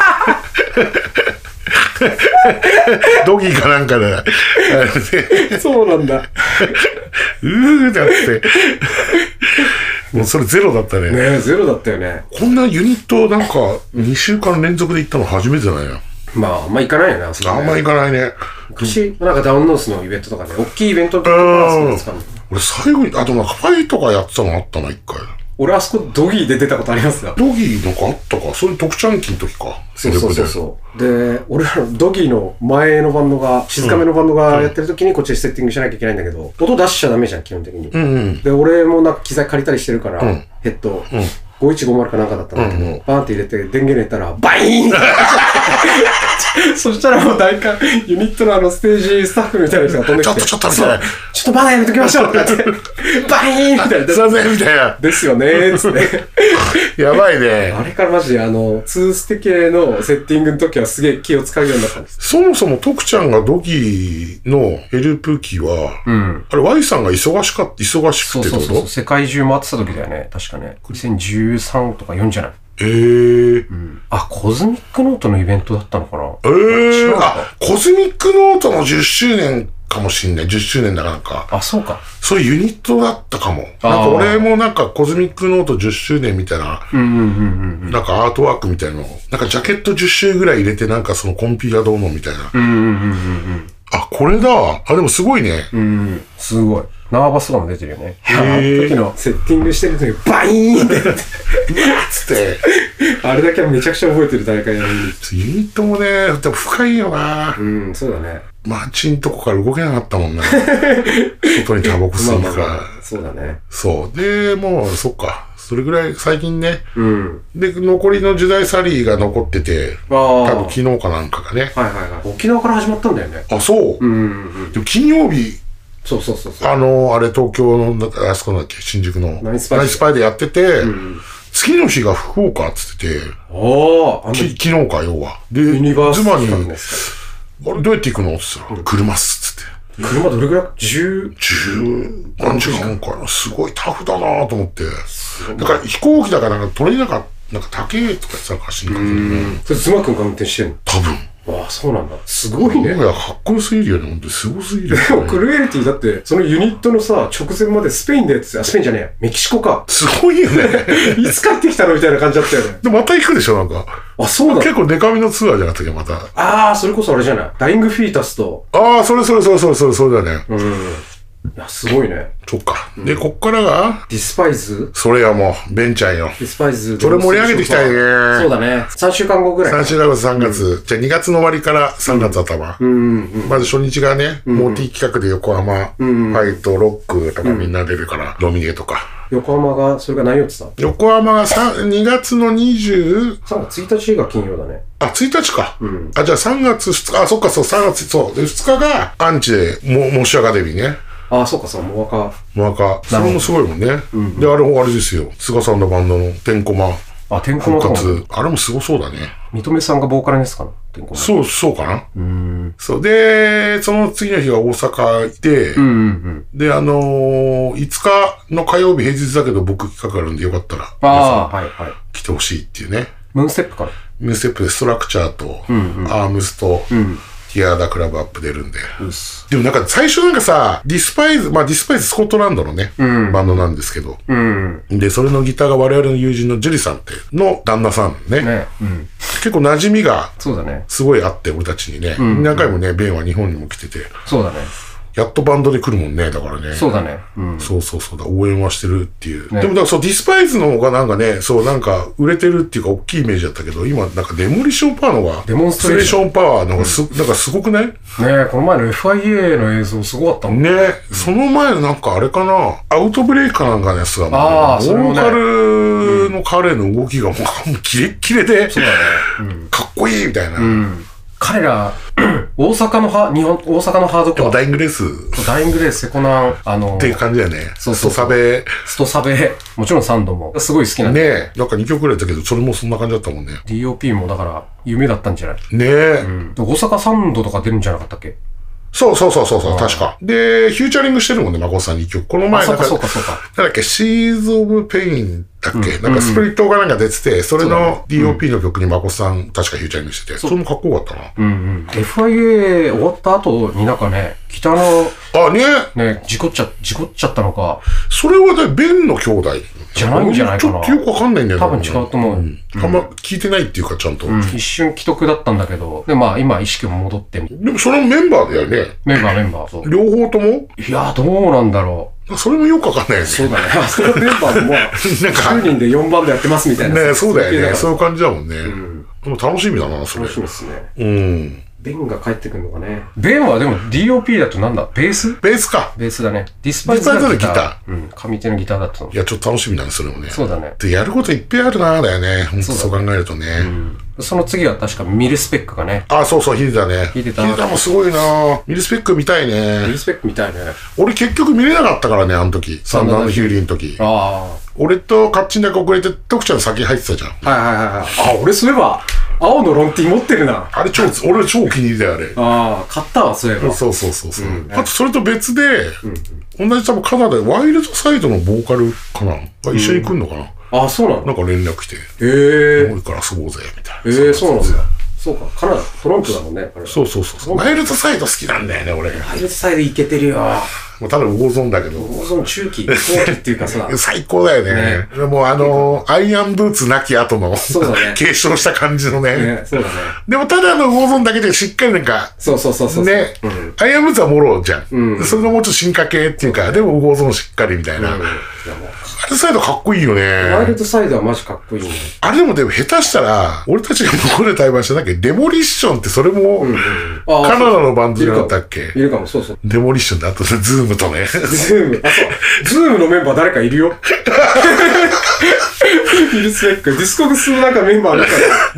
ドギーかなんかで。 そうなんだ。 ってなって。もうそれゼロだったね。 ねえ、ゼロだったよね。 こんなユニットなんか2週間連続で行ったの初めてだよ。 まあ、あんま行かないよね。 あんま行かないね。 昔、なんかダウンノースのイベントとかね、大きいイベントとか俺最後に、あとなんかファイとかやってたのあったな、一回。 俺あそこドギーで出たことありますよ。 ドギーなんかあったか。それ特チャンキの時か。 そう。で、俺らのドギーの前のバンドが、静かめのバンドがやってる時にこっちでセッティングしなきゃいけないんだけど、音出しちゃダメじゃん、基本的に。で、俺もなんか機材借りたりしてるから、ヘッド。5150かなんかだったんだけど、バーンって入れて電源入れたら、バイーンそしたらもう大観、ユニットのステージスタッフみたいな人が飛んできて、 ちょっとみたいな。 ちょっとまだやめときましょうって言って、バイーンみたいな。 すいませんみたいな。 ですよねーつって。 やばいね。 あれからマジでツーステ系のセッティングの時はすげえ気を使うようになったんです。 そもそも徳ちゃんがドギーのヘルプ機は、あれ Y さんが忙しくてってこと？ そう。世界中回ってた時だよね、確かね。2013とか4じゃない？あ、コズミックノートのイベントだったのかな？ あ、コズミックノートの10周年かもしんない。10周年だからか。 あ、そうか。 そういうユニットだったかも。なんか俺もなんかコズミックノート10周年みたいな、なんかアートワークみたいなの、なんかジャケット10周ぐらい入れてなんかそのコンピがどうのみたいな。あ、これだ。あ、でもすごいね。 すごい。ナーバスとかも出てるよね。あの時のセッティングしてる時にバイーンってつって。 あれだけはめちゃくちゃ覚えてる誰かやるに。 ユニットもね、でも深いよな。 そうだね。 マーチんとこから動けなかったもんね。外にタバコ吸うから。 そうだね。 そう。で、もう、そっか。それぐらい最近ね。で、残りの時代サリーが残ってて、多分昨日かなんかがね。 沖縄から始まったんだよね。 あ、そう。でも金曜日、 そう。 あれ東京の、あそこだっけ、新宿のナイスパイでやってて、次の日が福岡っつってて、昨日か、要は。で、妻に、あれどうやって行くのって言ったら、車っすっつって。 車どれぐらい ?10 何時間かな。すごいタフだなと思って。だから飛行機だから取れなかった、なんか高えとかさ、新幹線それ妻くんが運転してんの？ 多分。 ああ、そうなんだ。すごいね。 いや、かっこよすぎるよね。ほんとすごすぎるよね。 でも、クルエリティだって、そのユニットのさ、直前までスペインでやってた。スペインじゃねえや。メキシコか。 すごいよね。 いつ帰ってきたのみたいな感じだったよね。 で、また行くでしょ、なんか。 あ、そうなの？ 結構デカめのツアーじゃなくて、また。 ああ、それこそあれじゃない。ダイイングフィータスと。 ああ、それだね。 いや、すごいね。 そっか。で、こっからがディスパイズ？ それはもう、ベンちゃんよ。 ディスパイズ。 それ盛り上げていきたいね。 そうだね。3週間後ぐらい。 3週間後3月。じゃあ2月の終わりから3月頭。まず初日がね、モーティー企画で横浜、ファイト、ロックとかみんな出るから、ドミネとか。 横浜が、それが何曜って言った？ 横浜が2月の3 月1日が金曜だね。 あ、1日か。あ、じゃあ3月2日、あ、そっか、そう、3月、そう。で、2日がアンチで、モッシュアカデミーね。 あ、そうか、そう、モアカ。 それもすごいもんね。で、あれですよ。菅さんのバンドのてんこま。 あ、てんこま復活。あれもすごそうだね。 認めさんがボーカルですかな、てんこま。 そうかな。そう。で、その次の日が大阪で、で、5日の火曜日平日だけど僕企画あるんでよかったら、来てほしいっていうね。 ムーンステップから。 ムーンステップでストラクチャーと、アームスと、ティアーダクラブアップ出るんで。でもなんか最初なんかさ、ディスパイズスコットランドのね、バンドなんですけど。で、それのギターが我々の友人のジュリさんっての旦那さんね。 結構馴染みが、 そうだね。 すごいあって、俺たちにね。何回もね、ベンは日本にも来てて。 そうだね。 やっとバンドで来るもんね、だからね。 そうだね。 そうだ、応援はしてるっていう。でもだからそう、ディスパイズの方がなんかね、そうなんか売れてるっていうか大きいイメージだったけど、今なんかデモリッションパワーの方が、デモンストレーションパワーの方がなんかすごくない？ねえ、この前の FIA の映像すごかったもんね。その前のなんかあれかな、アウトブレイカーなんかのやつが、 ボーカルの彼の動きがもうキレッキレで、かっこいいみたいな。 彼ら、大阪のハードコア。 ダイイングレース。 ダイイングレース、セコナン、 っていう感じだよね。ストサベ。もちろんサンドも。すごい好きなんで。ねえ。なんか2曲くらいだけど、それもそんな感じだったもんね。 DOP もだから、夢だったんじゃない？ ねえ。 大阪サンドとか出るんじゃなかったっけ？ そう、確か。で、フューチャリングしてるもんね、誠さん2曲。この前なんか、なんだっけ、シーズ・オブ・ペインだっけ、なんかスプリットがなんか出てて、それの DOP の曲に誠さん確かフューチャリングしてて、それもかっこよかったな。 FIA 終わった後になんかね、ギターの、ね、事故っちゃったのか。 それはね、ベンの兄弟。 じゃないんじゃないかな。 ちょっとよくわかんないんだよね。 多分違うと思う。 あんま聞いてないっていうか、ちゃんと。 一瞬既得だったんだけど、で、まあ今意識も戻って。 でもそれもメンバーだよね。 メンバー、そう。 両方とも？ いや、どうなんだろう。それもよくわかんないよね。 そうだね。そのメンバーもまあ、10人で4番でやってますみたいな。 ね、そうだよね。そういう感じだもんね。でも楽しみだな、それ。 楽しみですね。ベンが帰ってくるのかね。ベンはでも DOP だとなんだ？ベースか。ベースだね。ディスパイズのギター。上手のギターだったの。 いや、ちょっと楽しみだね、それもね。 そうだね。 で、やることいっぱいあるな、だよね。ほんとそう考えるとね。 その次は確かミルスペックがね。 あ、そう、ヒデタね。ヒデタもすごいな。ミルスペック見たいね。 ミルスペック見たいね。 俺結局見れなかったからね、あの時。サンダーのヒューリーの時。俺とカッチンだけ遅れて、徳ちゃん先入ってたじゃん。 あ、俺そういえば、青のロンティ持ってるな。 あれ俺超気に入りだよ、あれ。 買ったわ、そういえば。 そう。あと、それと別で、同じ多分カナダでワイルドサイドのボーカルかなが一緒に来んのかな。 そうなの？ なんか連絡来て。俺から遊ぼうぜ、みたいな。 そうなんだ。そうか、カナダ、トランプだもんね。 そう。ワイルドサイド好きなんだよね、俺。 ワイルドサイドいけてるよ。 もうただウォーゾーンだけど。 ウォーゾーン中期っていうかさ。 最高だよね。もうアイアンブーツなき後の、継承した感じのね。 そうだね。 でもただのウォーゾーンだけでしっかりなんか、 そう。 ね。アイアンブーツはモロじゃん。それのもうちょっと進化系っていうか、でもウォーゾーンしっかりみたいな。ワイルドサイドかっこいいよね。 ワイルドサイドはマジかっこいいね。 あれでも下手したら、俺たちが向こうで対バンしたんだっけデモリッションってそれも、カナダのバンドじゃなかったっけ？ いるかも、そう。 デモリッションで、あとズームとね。 ズームのメンバー誰かいるよ。ミルスペック。ディスコグスのなんかメンバーだから、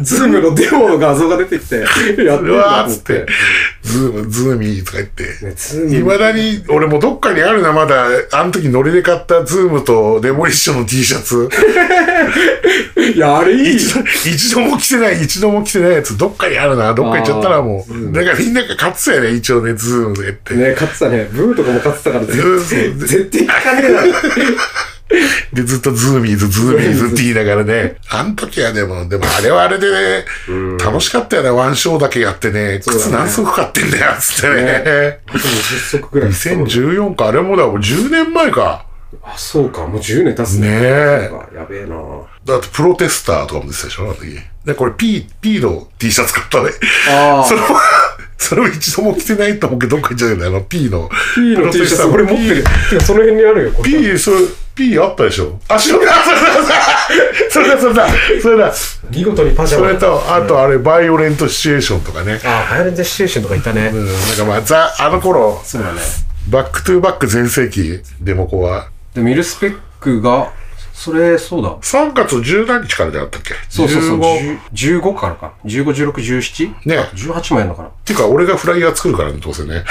ズームのデモの画像が出てきて、やってるわーっつって、ズーミーとか言って、いまだに、俺もどっかにあるな、まだ、あの時ノリで買ったズームとデモリッションの T シャツ。 いや、あれいい。 一度も着てないやつ、どっかにあるな、どっか行っちゃったらもう、なんかみんなが買ってたよね、一応ね、ズームでって。 ね、買ってたね。ブーとかも買ってたから、絶対聞かねえな。 で、ずっとズーミーズって言いながらね。あの時はでもあれはあれでね、楽しかったよね、ワンショーだけやってね、靴何足買ってんだよ、つってね。 10足ぐらい。 2014か、あれもだ、もう10年前か。 あ、そうか、もう10年経つね。 ねえ。 やべえな。 だってプロテスターとかも出てたでしょ、あの時。で、これ P の T シャツ買ったね。それも一度も着てないと思うけど、どっか行っちゃうんだよ、P の T シャツ、俺持ってる。てか、その辺にあるよ、 P あったでしょ。それだ。 見事にパジャマ。 それと、あとあれ、バイオレントシチュエーションとかね。 バイオレントシチュエーションとかいたね。 なんかあの頃、 そうだね。 バックトゥーバック全盛期、デモコは。 で、ミルスペックが、そうだ。 3月10何日からであったっけ？ そう。15からか。15、16、17? ね。 18もやんのかな。 っていうか、俺がフライヤー作るからね、どうせね。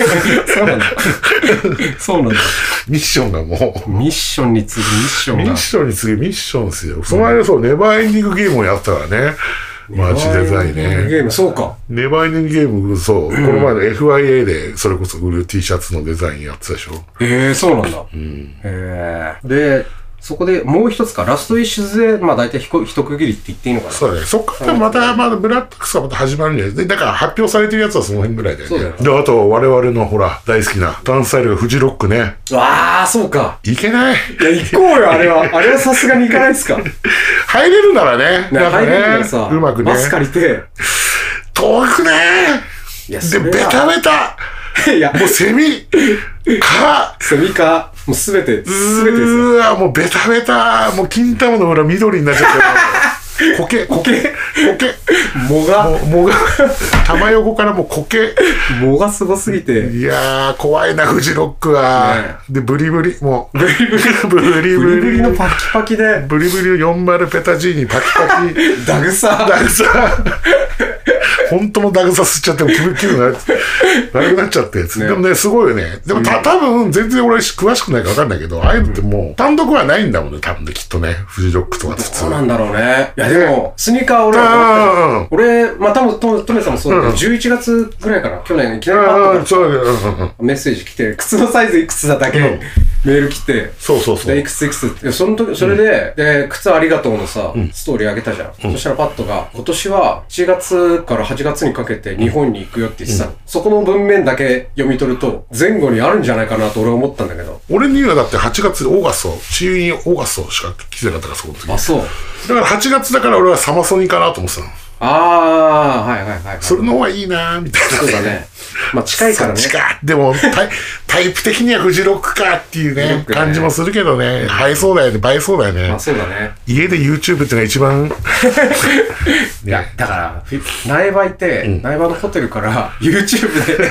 そうなんだ。 ミッションがもう。 ミッションに次ぐミッションが。 ミッションですよ。その間ネバーエンディングゲームをやったからね。マジデザインね。 ゲーム、そうか。 ネバーエンディングゲーム、そう。この前の FIA で、それこそ売る T シャツのデザインやってたでしょ。 そうなんだ。で、 そこでもう一つか、ラストイッシュズで、まあ大体一区切りって言っていいのかな。 そうだね。そっからまたブラッドタックスがまた始まるんじゃない。だから発表されてるやつはその辺ぐらいだよね。 そうだよね。 で、あと我々のほら、大好きなダンススタイルがフジロックね。 わあ、そうか。 いけない。 いや、行こうよ、あれは。あれはさすがに行かないですか。 入れるならね。 入れるならさ、 うまくね。 バス借りて。 遠くね。で、ベタベタ。いや、もうセミか、もうすべてですよ。うわ、もうベタベタ、もう金玉の裏緑になっちゃってる。苔。藻が、玉横からもう苔。 藻がすごすぎて。 いやー、怖いな、フジロックは。で、ブリブリ、もう。ブリブリのパキパキで。 ブリブリ40ペタ G にパキパキ。 ダグサ。 本当のダグサ吸っちゃっても気分悪くなっちゃって。でもね、すごいよね。でも多分、全然俺詳しくないか分かんないけど、ああいうのってもう、単独はないんだもんね、多分ね、きっとね。フジロックとか普通。 そうなんだろうね。いや、でも、スニーカー俺、まあ多分、トメさんもそうだけど、11月ぐらいかな、去年いきなりパッとメッセージ来て、靴のサイズいくつだだけメール来て、で、いくつって、その時、それで、靴ありがとうのさ、ストーリーあげたじゃん。そしたらパットが、今年は7月から8月にかけて日本に行くよって言ってたの。そこの文面だけ読み取ると、前後にあるんじゃないかなと俺は思ったんだけど。 俺にはだって8月、オーガスト、チーインオーガストしか来てなかったから、そこの時。 あ、そう。 だから8月だから俺はサマソニかなと思ってたの。 ああ、はい。 それの方がいいなーみたいな。 そうだね。まあ近いからね。 でもタイプ的にはフジロックかっていうね、感じもするけどね。映えそうだよね、映えそうだよね。 まあそうだね。 家で YouTube ってのが一番。 いや、だから、苗場いて、苗場のホテルから YouTube で、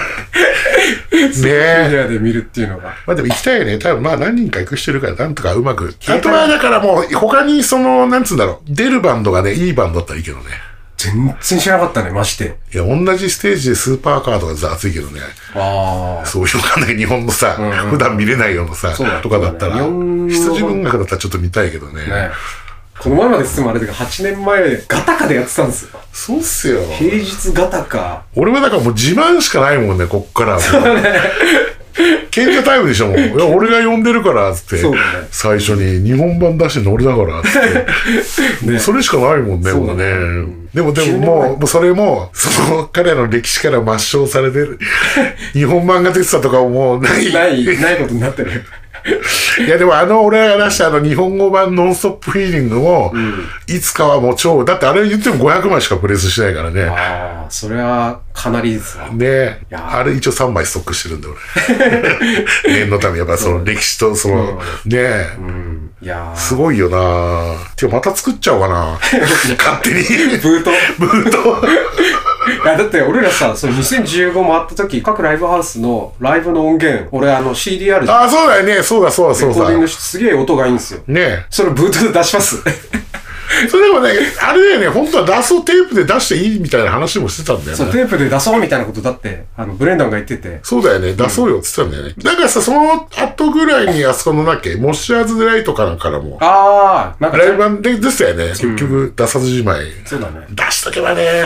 で見るっていうのが。 まあでも行きたいよね。多分まあ何人か行く人いるからなんとかうまく。あとはだからもう他になんつうんだろう。出るバンドがね、いいバンドだったらいいけどね。 全然知らなかったね、まして。 いや、同じステージでスーパーカーとか熱いけどね。そういうわかんない日本のさ、普段見れないようなさ、とかだったら、羊文学だったらちょっと見たいけどね。 この前まで進むあれだけど、8年前、ガタカでやってたんですよ。 そうっすよ。 平日ガタカ。 俺はだからもう自慢しかないもんね、こっから。そうだね。賢者タイムでしょ、もう。いや、俺が呼んでるから、つって。最初に、日本版出してんの俺だから、つって。それしかないもんね、もうね。でももう、それも、その彼の歴史から抹消されてる。日本漫画出てたとかもうない。 ないことになってる。 いやでも俺らが出した日本語版ノンストップフィーリングも、いつかはもうだってあれ言っても500枚しかプレスしてないからね。 ああ、それはかなりですわ。 ねえ。あれ一応3枚ストックしてるんで俺。念のためやっぱその歴史とその、ねえ。 いやすごいよなぁ。また作っちゃおうかな。勝手に。 ブート。いや、だって俺らさ、その2015回った時、各ライブハウスのライブの音源、俺CD あるじゃん。 あ、そうだよね。そうだ。レコーディングしてすげえ音がいいんですよ。 ねそれブートで出します。 それでもね、あれだよね、本当は出そうテープで出していいみたいな話もしてたんだよね。 そう、テープで出そうみたいなことだって、ブレンダンが言ってて。 そうだよね、出そうよって言ってたんだよね。だからさ、その後ぐらいにあそこのモッシャーズデライトかなんかも。 なんかライブ版でしたよね。結局出さずじまい。 そうだね。 出しとけばね。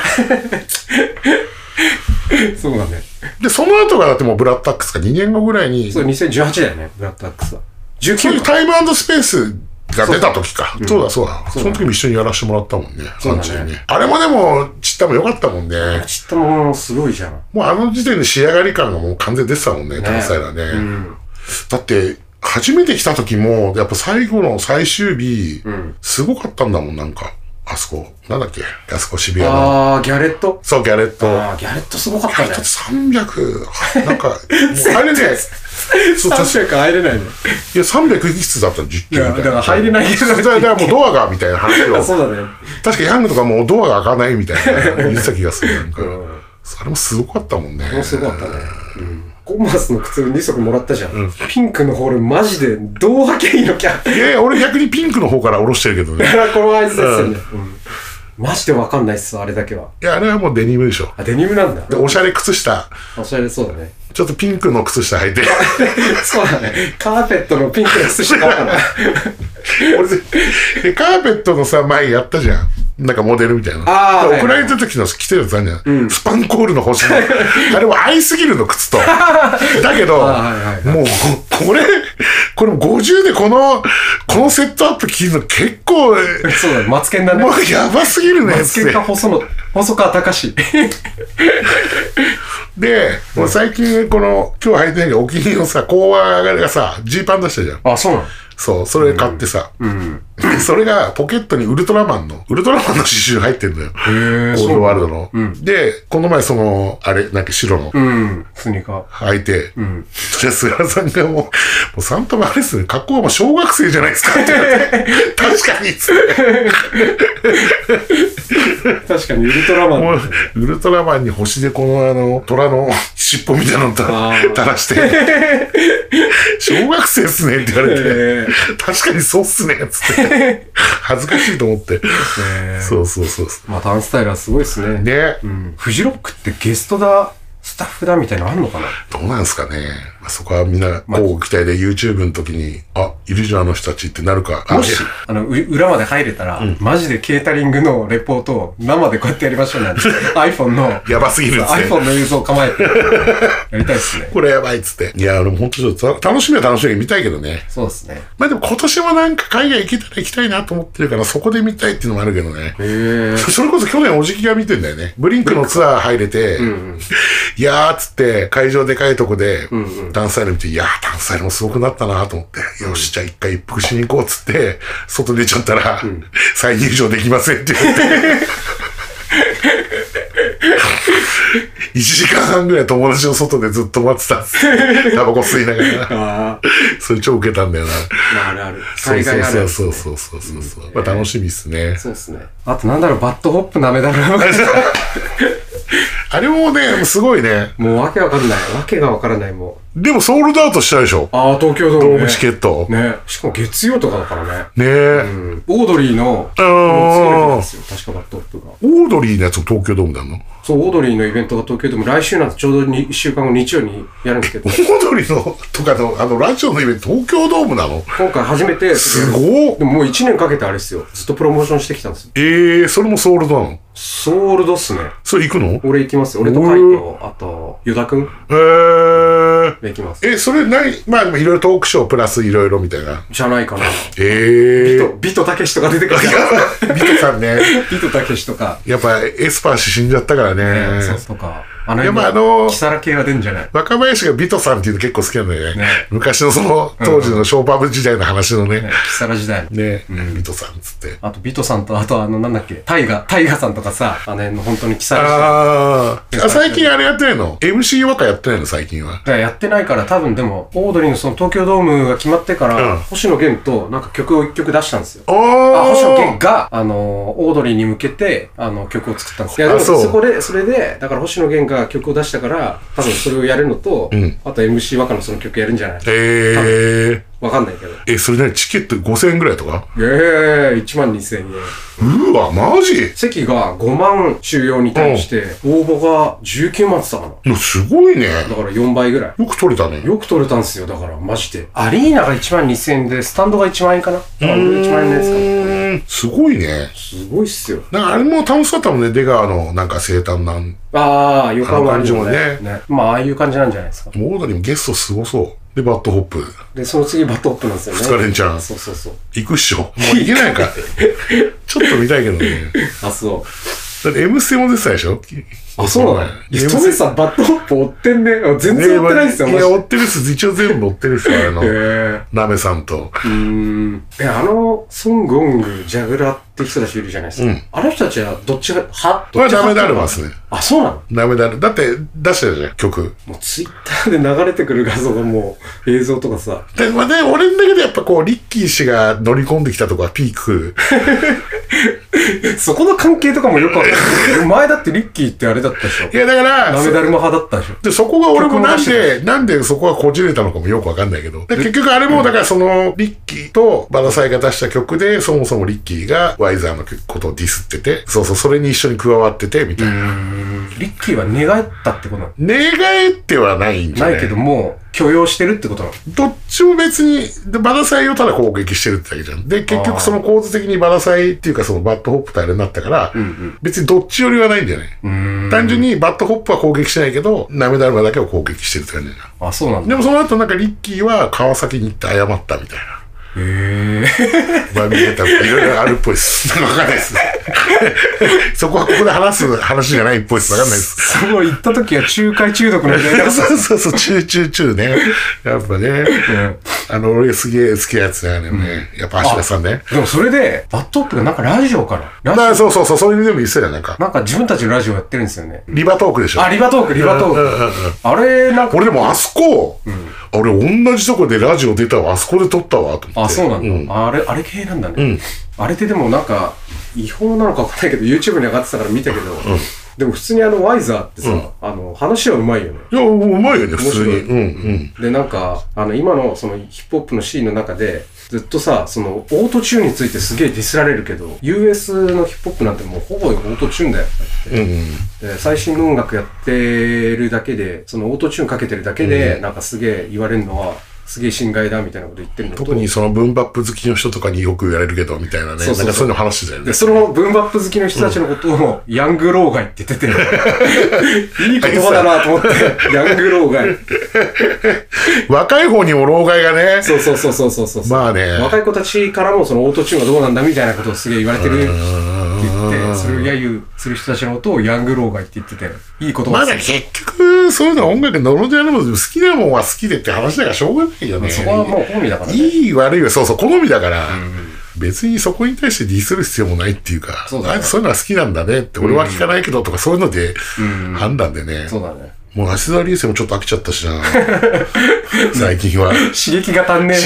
そうだね。 で、その後がだってもうブラッドタックスか2年後ぐらいに。 そう、2018だよね、ブラッドタックスは。 そういうタイム&スペースが出た時か。そうだ。その時も一緒にやらせてもらったもんね。 そうだね。 あれもでも、ちったも良かったもんね。 ちったもすごいじゃん。 もうあの時点で仕上がり感がもう完全出てたもんね、関西らね。だって、初めて来た時も、やっぱ最後の最終日、すごかったんだもん、なんか。あそこ、なんだっけあそこ渋谷の。 ギャレットそう、ギャレット。 ギャレットすごかったね。 300、なんか、もう入れねえ。 300入れないね。 いや、300いくつだったの ?10 級みたいな。 だから入れないけど。 だからもうドアが、みたいな話を。 そうだね。 確かヤングとかもうドアが開かないみたいな言ってた気がする。なんか。あれもすごかったもんね。 すごかったね。コンバースの靴2足もらったじゃん。ピンクのホールマジでどう履けばいいのか。 いや、俺逆にピンクの方から下ろしてるけどね。 だからこのアイスですよね。マジでわかんないっす、あれだけは。 いや、あれはもうデニムでしょ。 デニムなんだ。 で、おしゃれ靴下。 おしゃれそうだね。 ちょっとピンクの靴下履いて。 そうだね。カーペットのピンクの靴下買おうかな。 俺、カーペットのさ、前やったじゃん。 なんかモデルみたいな。送られた時の着てるやつあるじゃん。スパンコールの星の。あれも合いすぎるの、靴と。だけど、もう、これも50でこのセットアップ着るの結構、 そうだ、マツケンだね。 もうやばすぎるね、 マツケンか細川たかし。 で、もう最近、今日履いてないけど、お気に入りのさ、コーアがさ、ジーパン出したじゃん。 あ、そうなの？ そう、それ買ってさ。それがポケットにウルトラマンの刺繍入ってんだよ。ゴールドワールドの。で、この前あれ、なんか白の。 スニーカー。 履いて。じゃあ、菅さんがもうサンタもあれっすね、格好はもう小学生じゃないですかって言って。確かにっつって。 確かにウルトラマン。 ウルトラマンに星でこの虎の尻尾みたいなの垂らして、小学生っすねって言われて、確かにそうっすねっつって。恥ずかしいと思って。そう。 まあ、ターンスタイルはすごいっすね。 ね。 フジロックってゲストだ、スタッフだみたいなのあんのかな？ どうなんすかね。そこはみんな、こう期待で YouTube の時に、いるじゃん、あの人たちってなるか。 もし、裏まで入れたら、マジでケータリングのレポートを生でこうやってやりましょうなんて。iPhone の、 やばすぎるっつって。 iPhone の映像構えて、やりたいっすね。 これやばいっつって。いや、でも本当ちょっと楽しみは見たいけどね。 そうですね。 まあでも今年もなんか海外行けたら行きたいなと思ってるから、そこで見たいっていうのもあるけどね。それこそ去年おじきが見てんだよね。ブリンクのツアー入れて、いやーっつって、会場でかいとこで、ダンスタイル見て、いやー、ダンスタイルもすごくなったなと思って、よし、じゃあ一回一服しに行こうっつって、外出ちゃったら、再入場できませんって言って、1時間半ぐらい友達の外でずっと待ってたっつって、タバコ吸いながら、それ超ウケたんだよな。 あるある。海外ある。 そう。まあ楽しみっすね。 そうっすね。あとなんだろう、バッドホップなめだろ。 あれもね、すごいね。 もうわけがわからない、もう。 でもソールドアウトしたでしょ？ 東京ドーム。 ドームチケット。 ね。しかも月曜とかだからね。 ねえ。オードリーの、確かバッドホップが。 オードリーのやつも東京ドームなの？ そう、オードリーのイベントが東京ドーム、来週なんてちょうど1週間後日曜にやるんですけど。 オードリーの、とかの、ラジオのイベント、東京ドームなの？ 今回初めて。 すごっ！ でももう1年かけてあれですよ。ずっとプロモーションしてきたんですよ。 それもソールドなの？ ソールドっすね。 それ行くの？ 俺行きますよ。俺とカイと、あと、ユダくん。行きます。 それ何？まあでもいろいろトークショープラスいろいろみたいな。 じゃないかな。ビトたけしとか出てくる。 ビトさんね。 ビトたけしとか。 やっぱエスパー氏死んじゃったからね。 そうとか。キサラ系が出るんじゃない？ 若林がビトさんっていうの結構好きなんだよね。昔の当時のショーパブ時代の話のね。 キサラ時代。 ね。ビトさんっつって。 あとビトさんと、あとなんだっけ、タイガさんとかさ、本当にキサラ時代。最近あれやってないの？ MC 和歌やってないの最近は。 やってないから多分でも、オードリーのその東京ドームが決まってから、星野源となんか曲を1曲出したんですよ。星野源が、オードリーに向けて、曲を作ったんです。いや、でもそれで、だから星野源が曲を出したから、多分それをやるのと、あと MC 和歌のその曲やるんじゃない？わかんないけど。 それ何？チケット5000円ぐらいとか ？12000円。 うわ、マジ？ 席が5万収容に対して、応募が19万って言ったかな。 すごいね。 だから4倍ぐらい。 よく取れたね。 よく取れたんですよ。だから、マジで。アリーナが1万2000円で、スタンドが1万円かな。1万円のやつかな。 すごいね。 すごいっすよ。 なんかあれも楽しかったもんね。出川のなんか生誕なん。 横浜感じもね。まあ、ああいう感じなんじゃないですか。 オードリーもゲストすごそう。で、バッドホップ。 で、その次バッドホップなんですよね。 二日連チャン。 そう。 行くっしょ。もう行けないか。ちょっと見たいけどね。 そう。 だって M ステも出てたでしょ？ そうなの？トメさん、バッドホップ追ってんね。全然追ってないですよ、 いや、追ってるっす。一応全部追ってるっすよ、ナメさんと。 ソングオング、ジャグラって人たちいるじゃないですか。あの人たちはどっちが、 ダメでありますね。 そうなの？ ダメである。だって出してるじゃん、曲。 もうツイッターで流れてくる画像がもう映像とかさ。 で、俺の中でやっぱリッキー氏が乗り込んできたとこはピーク。 そこの関係とかもよくわかんない。前だってリッキーってあれだったでしょ。 いや、だから、 ダメダルマ派だったでしょ。 で、そこが俺もなんでそこがこじれたのかもよくわかんないけど。結局あれも、だからその、リッキーとバダサイが出した曲で、そもそもリッキーがワイザーのことをディスってて、それに一緒に加わってて、みたいな。 リッキーは寝返ったってことなの？ 寝返ってはないんじゃない？ ないけども、 許容してるってことなの？ どっちも別に、バダサイをただ攻撃してるってだけじゃん。で、結局その構図的にバダサイっていうかそのバッドホップとあれになったから、別にどっちよりはないんだよね。単純にバッドホップは攻撃しないけど、ナメダルマだけを攻撃してるって感じだな。あ、そうなんだ。 でもその後なんかリッキーは川崎に行って謝ったみたいな。まあ見てたらいろいろあるっぽいです。なんかわかんないですね。そこはここで話す話じゃないっぽいです。わかんないです。 その行った時は中華中毒の時代だそう、中ね。やっぱね。俺すげえ好きなやつだよね。やっぱ芦田さんね。 でもそれで、バッドホップがなんかラジオかな。 そう、そういう意味でも言ってたよ、なんか。 なんか自分たちのラジオやってるんですよね。 リバトークでしょ。 あ、リバトーク。あれ、なんか。 俺でもあそこ、俺同じとこでラジオ出たわ、あそこで撮ったわ、と思って。 あ、そうなんだ。あれ系なんだね。あれってでもなんか、違法なのかわかんないけど、YouTube に上がってたから見たけど、でも普通にワイザーってさ、話はうまいよね。 いや、うまいよね、普通に。 で、なんか、今のそのヒップホップのシーンの中で、ずっとさ、その、オートチューンについてすげえディスられるけど、US のヒップホップなんてもうほぼオートチューンだよって。で、最新の音楽やってるだけで、そのオートチューンかけてるだけで、なんかすげえ言われるのは、すげえ侵害だみたいなこと言ってるの。 特にそのブンバップ好きの人とかによく言われるけど、みたいなね。なんかそういうの話だよね。 で、そのブンバップ好きの人たちのことを、ヤング老害って言ってて、いい言葉だなと思って、ヤング老害。 若い方にも老害がね。 そう。 まあね。 若い子たちからもそのオートチューンがどうなんだみたいなことをすげえ言われてるって言って、それを揶揄する人たちのことをヤング老害って言ってて、いい言葉です。 まだ結局、そういうの音楽ノロジャーでも好きなもんは好きでって話だからしょうがないよね。 そこはもう好みだからね。 いい悪いは、そう、好みだから、別にそこに対してディスる必要もないっていうか、そういうのは好きなんだねって、俺は聞かないけどとかそういうので判断でね。 そうだね。 もう芦澤流星もちょっと飽きちゃったしな。最近は。 刺激が足んね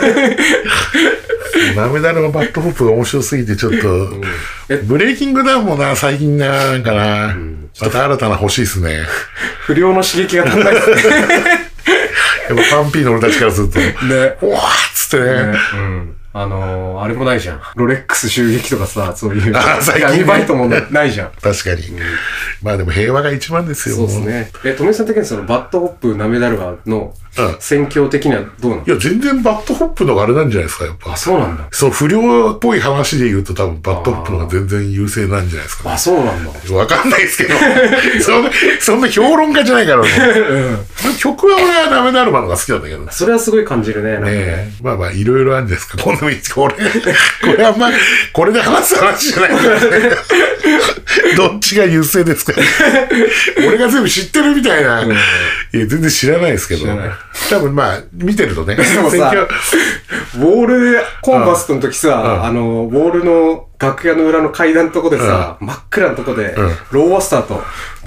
え。ナメダルのバッドホップが面白すぎてちょっと、ブレイキングダウンもな、最近なんかな、また新たな欲しいっすね。 不良の刺激が足んないっすね。 やっぱパンピーの俺たちからすると、ね、おわーっつってね。 あれもないじゃん。ロレックス襲撃とかさ、そういう。 最近闇バイトもないじゃん。 確かに。まあでも平和が一番ですよ。 そうですね。富井さん的にそのバッドホップナメダルマの戦況的にはどうなの？ いや、全然バッドホップのがあれなんじゃないですか、やっぱ。 あ、そうなんだ。 そう、不良っぽい話で言うと多分バッドホップのが全然優勢なんじゃないですか。 あ、そうなんだ。 わかんないですけど。そんな評論家じゃないからね。曲は俺はナメダルマのが好きなんだけど。 それはすごい感じるね。 ねまあまあ、いろいろあるんですか。これはまあ、これで話す話じゃないからね。どっちが優勢ですか。俺が全部知ってるみたいな。いや、全然知らないですけど。多分まあ、見てるとね。 でもさ、ウォールコンバストの時さ、ウォールの楽屋の裏の階段のとこでさ、真っ暗のとこで、ローワスターと、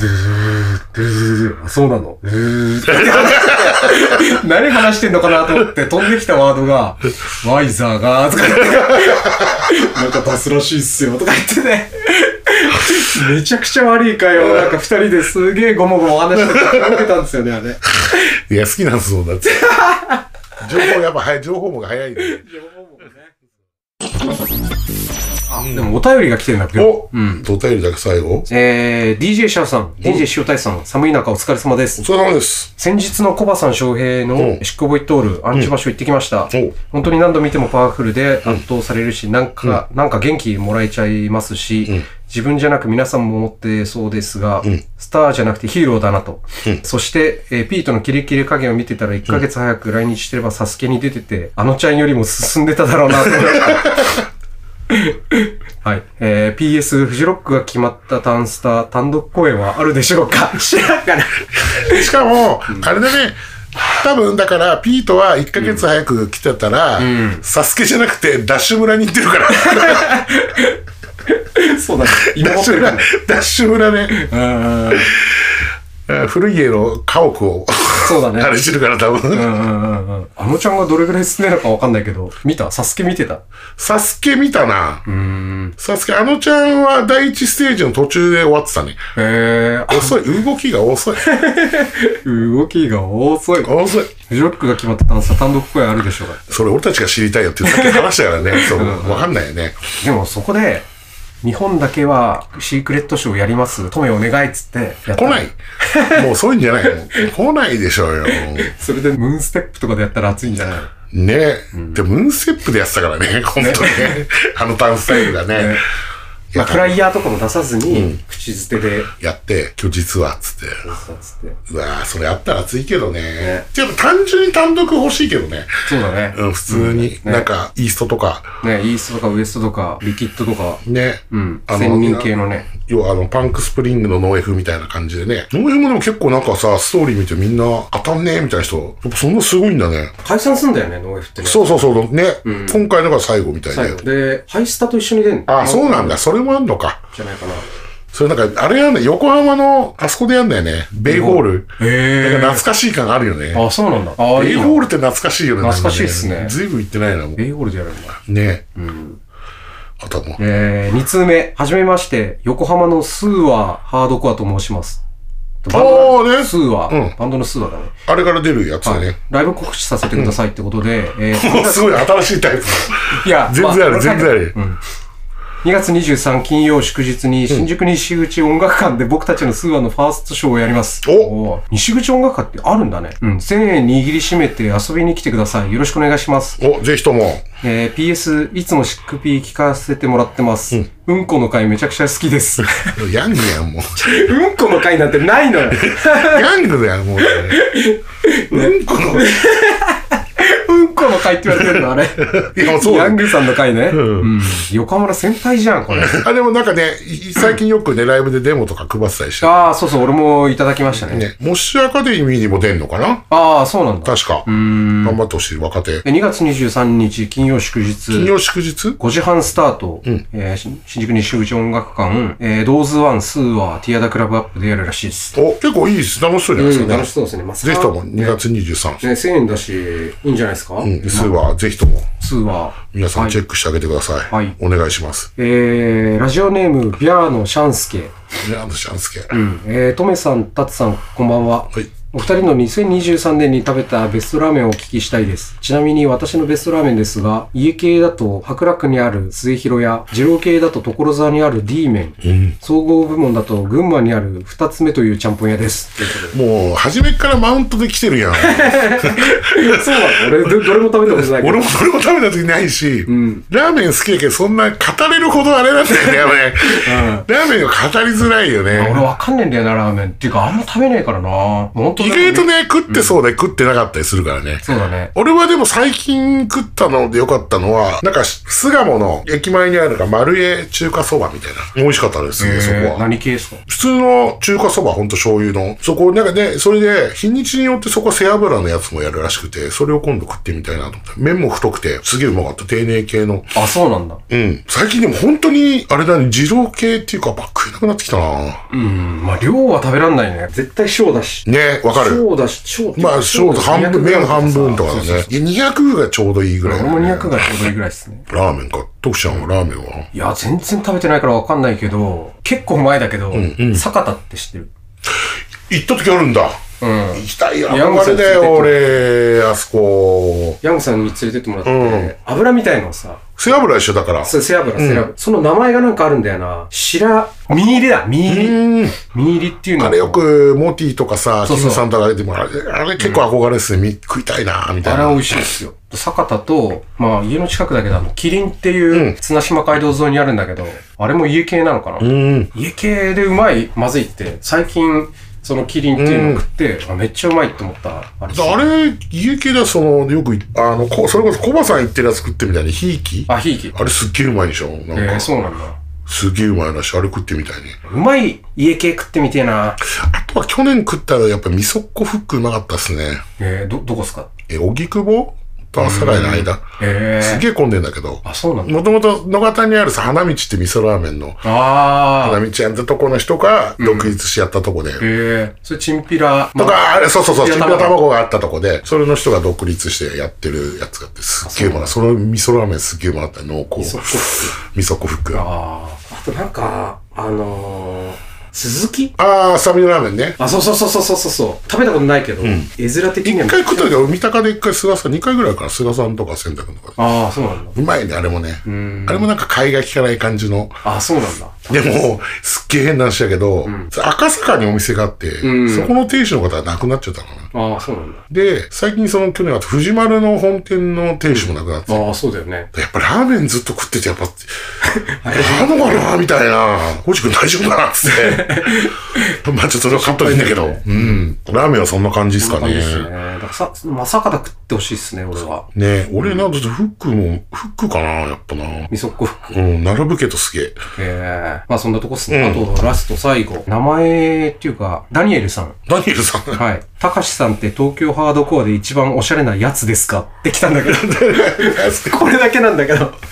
そうなの。何話してんのかなと思って飛んできたワードが、ワイザーが、とか言って、なんか出すらしいっすよ、とか言ってね。めちゃくちゃ悪い会話をなんか二人ですげえごもごも話してたんですよね、あれ。 いや、好きなんですもん、だって。情報やっぱ早い、情報もが早いんで。情報もね。あ、でもお便りが来てるんだけど。 お便りだけ最後。 DJ シャオさん、DJ 塩太さん、寒い中お疲れ様です。 お疲れ様です。 先日のコバさん翔平のシックボイトール、アンチ場所行ってきました。本当に何度見てもパワフルで圧倒されるし、なんか元気もらえちゃいますし、自分じゃなく皆さんも思ってそうですが、スターじゃなくてヒーローだなと。そして、ピートのキレキレ加減を見てたら1ヶ月早く来日してればサスケに出てて、あのちゃんよりも進んでただろうなと思いました。はい。PS、フジロックが決まったタンスター、単独公演はあるでしょうか？知らんかな。 しかも、あれだね、多分だから、ピートは1ヶ月早く来てたら、サスケじゃなくてダッシュ村に行ってるから。 そうだね。今持ってるからね。 ダッシュ村ね。古い家の家屋をそうだね。 あれしてるから多分。 あのちゃんがどれぐらい進んでるのかわかんないけど、見た？サスケ見てた？ サスケ見たな。サスケ、あのちゃんは第一ステージの途中で終わってたね。遅い。動きが遅い。 動きが遅い。 遅い。 フジロックが決まった単独公演あるでしょうか？ それ俺たちが知りたいよってさっき話したからね。そう、わかんないよね。 でもそこで、 日本だけはシークレットショーやります。トメお願いっつってやった。 来ない。もうそういうんじゃないの。来ないでしょうよ。 それでムーンステップとかでやったら熱いんじゃないね。で、ムーンステップでやってたからね、本当にね。ダンススタイルがね。 まあ、フライヤーとかも出さずに、口づてで。 やって、今日実は、つって。うわぁ、それやったら熱いけどね。ちょっと単純に単独欲しいけどね。 そうだね。 うん、普通に。なんか、イーストとか。 ね、イーストとかウエストとか、リキッドとか。 ね。 うん。先民系のね。 要はパンクスプリングのノーエフみたいな感じでね。ノーエフもでも結構なんかさ、ストーリー見てみんな当たんねえみたいな人、やっぱそんなすごいんだね。 解散すんだよね、ノーエフってね。 そう。ね。今回のが最後みたいで。 で、ハイスタと一緒に出るの。 あ、そうなんだ。それもあんのか。 じゃないかな。 それなんか、あれやんね、横浜の、あそこでやんだよね。ベイホール。なんか懐かしい感あるよね。 あ、そうなんだ。 ベイホールって懐かしいよね。 懐かしいっすね。 ずいぶん行ってないな、もう。 ベイホールでやるんだ。 ね。あとはもう。 2通目。はじめまして、横浜のスーワーハードコアと申します。 ああね。 スーワー。バンドのスーワーだね。 あれから出るやつだね。 ライブ告知させてくださいってことで。 すごい新しいタイプ。 いや、 全然ある、全然ある。 2月23金曜祝日に新宿西口音楽館で僕たちのスーワーのファーストショーをやります。西口音楽館ってあるんだね。1000円握りしめて遊びに来てください。よろしくお願いします。 ぜひとも。 PS、いつもシックピー聞かせてもらってます。うんこの回めちゃくちゃ好きです。 ヤングやん、もう。 うんこの回なんてないのよ。 ヤングだよ、もう。うんこの。 うんこの回って言われてるのあれ。ヤングさんの回ね。横浜の先輩じゃん、これ。 あ、でもなんかね、最近よくね、ライブでデモとか配ってたりして。 ああ、そう、俺もいただきましたね。 モッシュアカデミーにも出んのかな。 ああ、そうなんだ。 確か。頑張ってほしい、若手。 2月23日、金曜祝日。 金曜祝日 ?5 時半スタート。新宿西口音楽館。ドーズワン、スーワー、ティアダクラブアップでやるらしいです。 結構いいです。楽しそうじゃないですか。 楽しそうですね。 ぜひとも2月23。 1000円だし、いいんじゃないですか。 スーワー、ぜひとも。 スーワー。 皆さんチェックしてあげてください。はい。お願いします。 ラジオネーム、ビャーノ・シャンスケ。 ビャーノ・シャンスケ。 トメさん、タツさん、こんばんは。はい。お二人の2023年に食べたベストラーメンをお聞きしたいです。ちなみに私のベストラーメンですが、家系だと白楽にある末広や、二郎系だと所沢にある D 麺、総合部門だと群馬にある二つ目というちゃんぽん屋です。 もう、初めからマウントで来てるやん。そうなの？俺、どれも食べたことないけど。 俺もどれも食べた時ないし、ラーメン好きやけど、そんな語れるほどあれなんだよね。ラーメンが語りづらいよね。 俺わかんねえんだよな、ラーメン。っていうか、あんま食べねえからな。本当意外とね、食ってそうで食ってなかったりするからね。 そうだね。 俺はでも最近食ったのでよかったのは、なんか、巣鴨の駅前にある丸江中華そばみたいな。美味しかったですね、そこは。 何系ですか？ 普通の中華そば、ほんと醤油の。そこ、なんかね、それで、日にちによってそこ背脂のやつもやるらしくて、それを今度食ってみたいなと思って。麺も太くて、すげえうまかった。丁寧系の。 あ、そうなんだ。 最近でも本当に、あれだね、二郎系っていうか、食えなくなってきたな。 まあ、量は食べらんないね。絶対小だし。 ね、わかる。 小だし、 まあ、小半分、麺半分とかだね。200がちょうどいいぐらい。 俺も200がちょうどいいぐらいですね。 ラーメンか。徳ちゃんはラーメンは？ いや、全然食べてないからわかんないけど、結構前だけど、坂田って知ってる？ 行った時あるんだ。行きたいよ。憧れだよ、俺、あそこ。 ヤングさんに連れてってもらって、油みたいのをさ、 背脂一緒だから。 背脂。その名前がなんかあるんだよな。ミーリだ、ミーリっていうの。 あれよく、モティとかさ、キムさんとか出てもあれ結構憧れですね。食いたいなみたいな。 あれ美味しいですよ。坂田と、まあ家の近くだけど、キリンっていう綱島街道沿いにあるんだけど、あれも家系なのかな？家系でうまい、まずいって、最近、そのキリンっていうのを食って、めっちゃうまいって思った。 あれ、家系ではよく、それこそコバさん言ってるやつ食ってみたいに、ひいき？ あ、ひいき。 あれすっげえうまいでしょ？ そうなんだ。 すげえうまいらしい。あれ食ってみたいね。 うまい家系食ってみてえな。 あとは去年食ったらやっぱ味噌っこフックうまかったっすね。 どこっすか？ 荻窪と朝来の間。すげえ混んでんだけど。 あ、そうなんだ。 もともと野方にあるさ、花道って味噌ラーメンの。花道やったとこの人が独立しやったとこで。 それチンピラ。 とか、そう、チンピラ卵があったとこで、それの人が独立してやってるやつがあって、すっげえうまい。その味噌ラーメンすっげえうまかった。濃厚。味噌っこフック。 あとなんか、 鈴木？ ああ、スタミナラーメンね。 あ、そう。食べたことないけど、絵面的には。 一回食ったけど、三鷹で一回菅さん、2回ぐらいから菅さんとか千太君とか。 ああ、そうなんだ。 うまいね、あれもね。あれもなんか買いが利かない感じの。 ああ、そうなんだ。 でも、すっげえ変な話だけど、赤坂にお店があって、そこの店主の方が亡くなっちゃったのかな。 ああ、そうなんだ。 で、最近去年は藤丸の本店の店主も亡くなって。 ああ、そうだよね。 やっぱラーメンずっと食ってて、やっぱ、あのかなみたいな。星君大丈夫かなっつって。まあちょっとそれはカットでいいんだけど。ラーメンはそんな感じですかね。 だからまさかだ食ってほしいっすね、俺は。 ね俺なんかフックかなやっぱな。 味噌っこフック。 並ぶけどすげえ。まあそんなとこっすね。あと、ラスト最後。名前っていうか、ダニエルさん。はい。たかしさんって東京ハードコアで一番おしゃれなやつですかって来たんだけど。これだけなんだけど。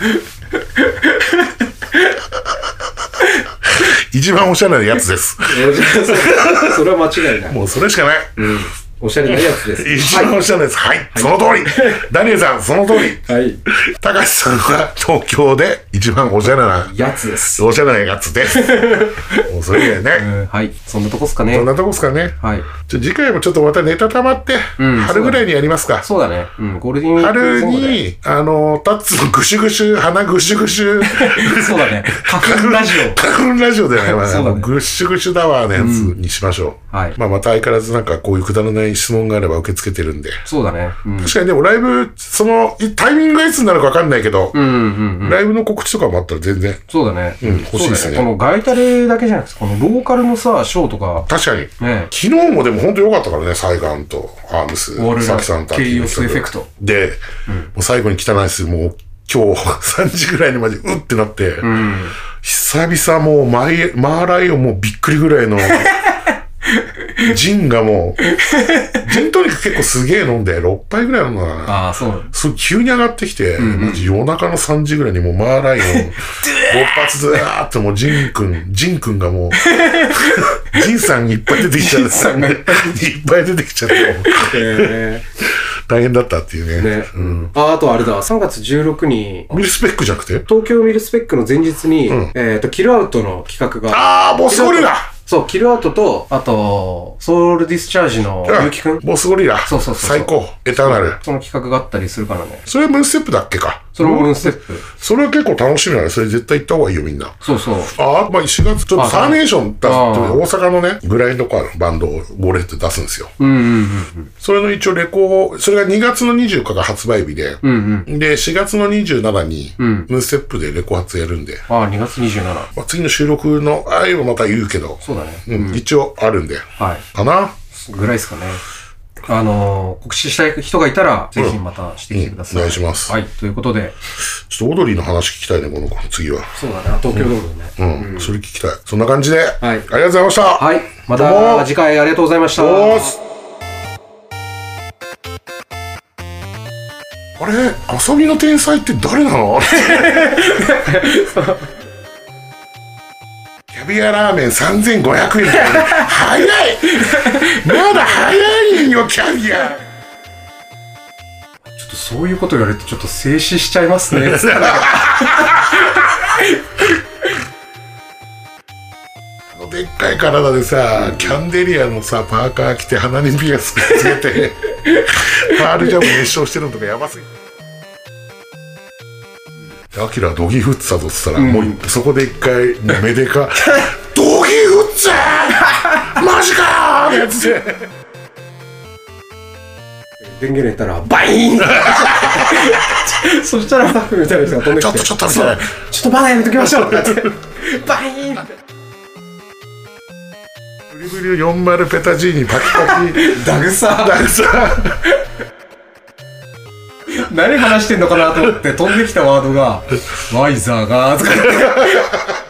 一番おしゃれなやつです。 それは間違いない。 もうそれしかない。 おしゃれなやつです。 一番おしゃれなやつ。はい。その通り。ダニエルさん、その通り。 はい。 たかしさんは東京で一番おしゃれなやつです。 おしゃれなやつです。もうそれだよね。 はい。そんなとこっすかね。 そんなとこっすかね。 はい。 次回もちょっとまたネタ溜まって、春ぐらいにやりますか。 そうだね。ゴールデンウィーク。 春に、タッツのぐしゅぐしゅ、鼻ぐしゅぐしゅ。 そうだね。花粉ラジオ。 花粉ラジオだよね。ぐしゅぐしゅだわのやつにしましょう。 はい。 まあまた相変わらずなんかこういうくだらない質問があれば受け付けてるんで。 そうだね。 確かにでもライブ、タイミングがいつになるかわかんないけど、ライブの告知とかもあったら全然。 そうだね。 欲しいですね。 このガイタレだけじゃなくて、このローカルのさ、ショーとか。 確かに。昨日もでも本当良かったからね、サイガンとアームス、サキさんと。 ケイオスエフェクト。 で、もう最後に汚いです。もう今日3時ぐらいにマジうってなって、久々もうマーライオンもうびっくりぐらいの、ジンがもう、ジントニック結構すげえ飲んで、6杯ぐらい飲んだかな。 ああ、そう。 急に上がってきて、マジ夜中の3時ぐらいにもうマーライオン、6発ずーっともうジンくんがもう、ジンさんいっぱい出てきちゃって、いっぱい出てきちゃって、大変だったっていうね。 あとあれだ、3月16に、 ミルスペックじゃなくて東京ミルスペックの前日に、キルアウトの企画が。 ああ、ボスゴリラそう、キルアウトと、あと、ソウルディスチャージのゆうきくん。 ボスゴリラ。そう最高。エターナル。 その企画があったりするからね。 それはムーンステップだっけか。 それもムーンステップ。 それは結構楽しみだね。それ絶対行った方がいいよ、みんな。 そうそう。 まあ4月、ちょっとサーネーション出すって大阪のね、グラインドコアのバンドをボレって出すんですよ。それの一応それが2月の24日が発売日で、で、4月の27に、ムーンステップでレコ発やるんで。 2月27。 次の収録の愛はまた言うけど。 そうだね。 一応あるんで。 はい。 かなぐらいですかね。告知したい人がいたら、ぜひまたしてきてください。 お願いします。 はい。ということで。 ちょっとオードリーの話聞きたいね、この次は。 そうだね。東京ドームね。 それ聞きたい。そんな感じで。はい。ありがとうございました。 はい。また次回ありがとうございました。 あれ遊びの天才って誰なのキャビアラーメン3500円だよね。早いまだ早いよ、キャビア。 ちょっとそういうこと言われてちょっと静止しちゃいますね。 でっかい体でさ、キャンデリアのさ、パーカー着て鼻にピアスつけて、パールジャム熱唱してるのとかやばすぎる。アキラドギフッツァとっつったら、もうそこで一回メデカドギフッツァマジかーってやつで電源入れたらバイーンそしたらスタッフみたいな人が飛んできてちょっとみたいな、 ちょっとまだやめときましょうってバイーンブリブリ40ペタジーニパキパキダグサ何話してんのかなと思って飛んできたワードがワイザーがとか言って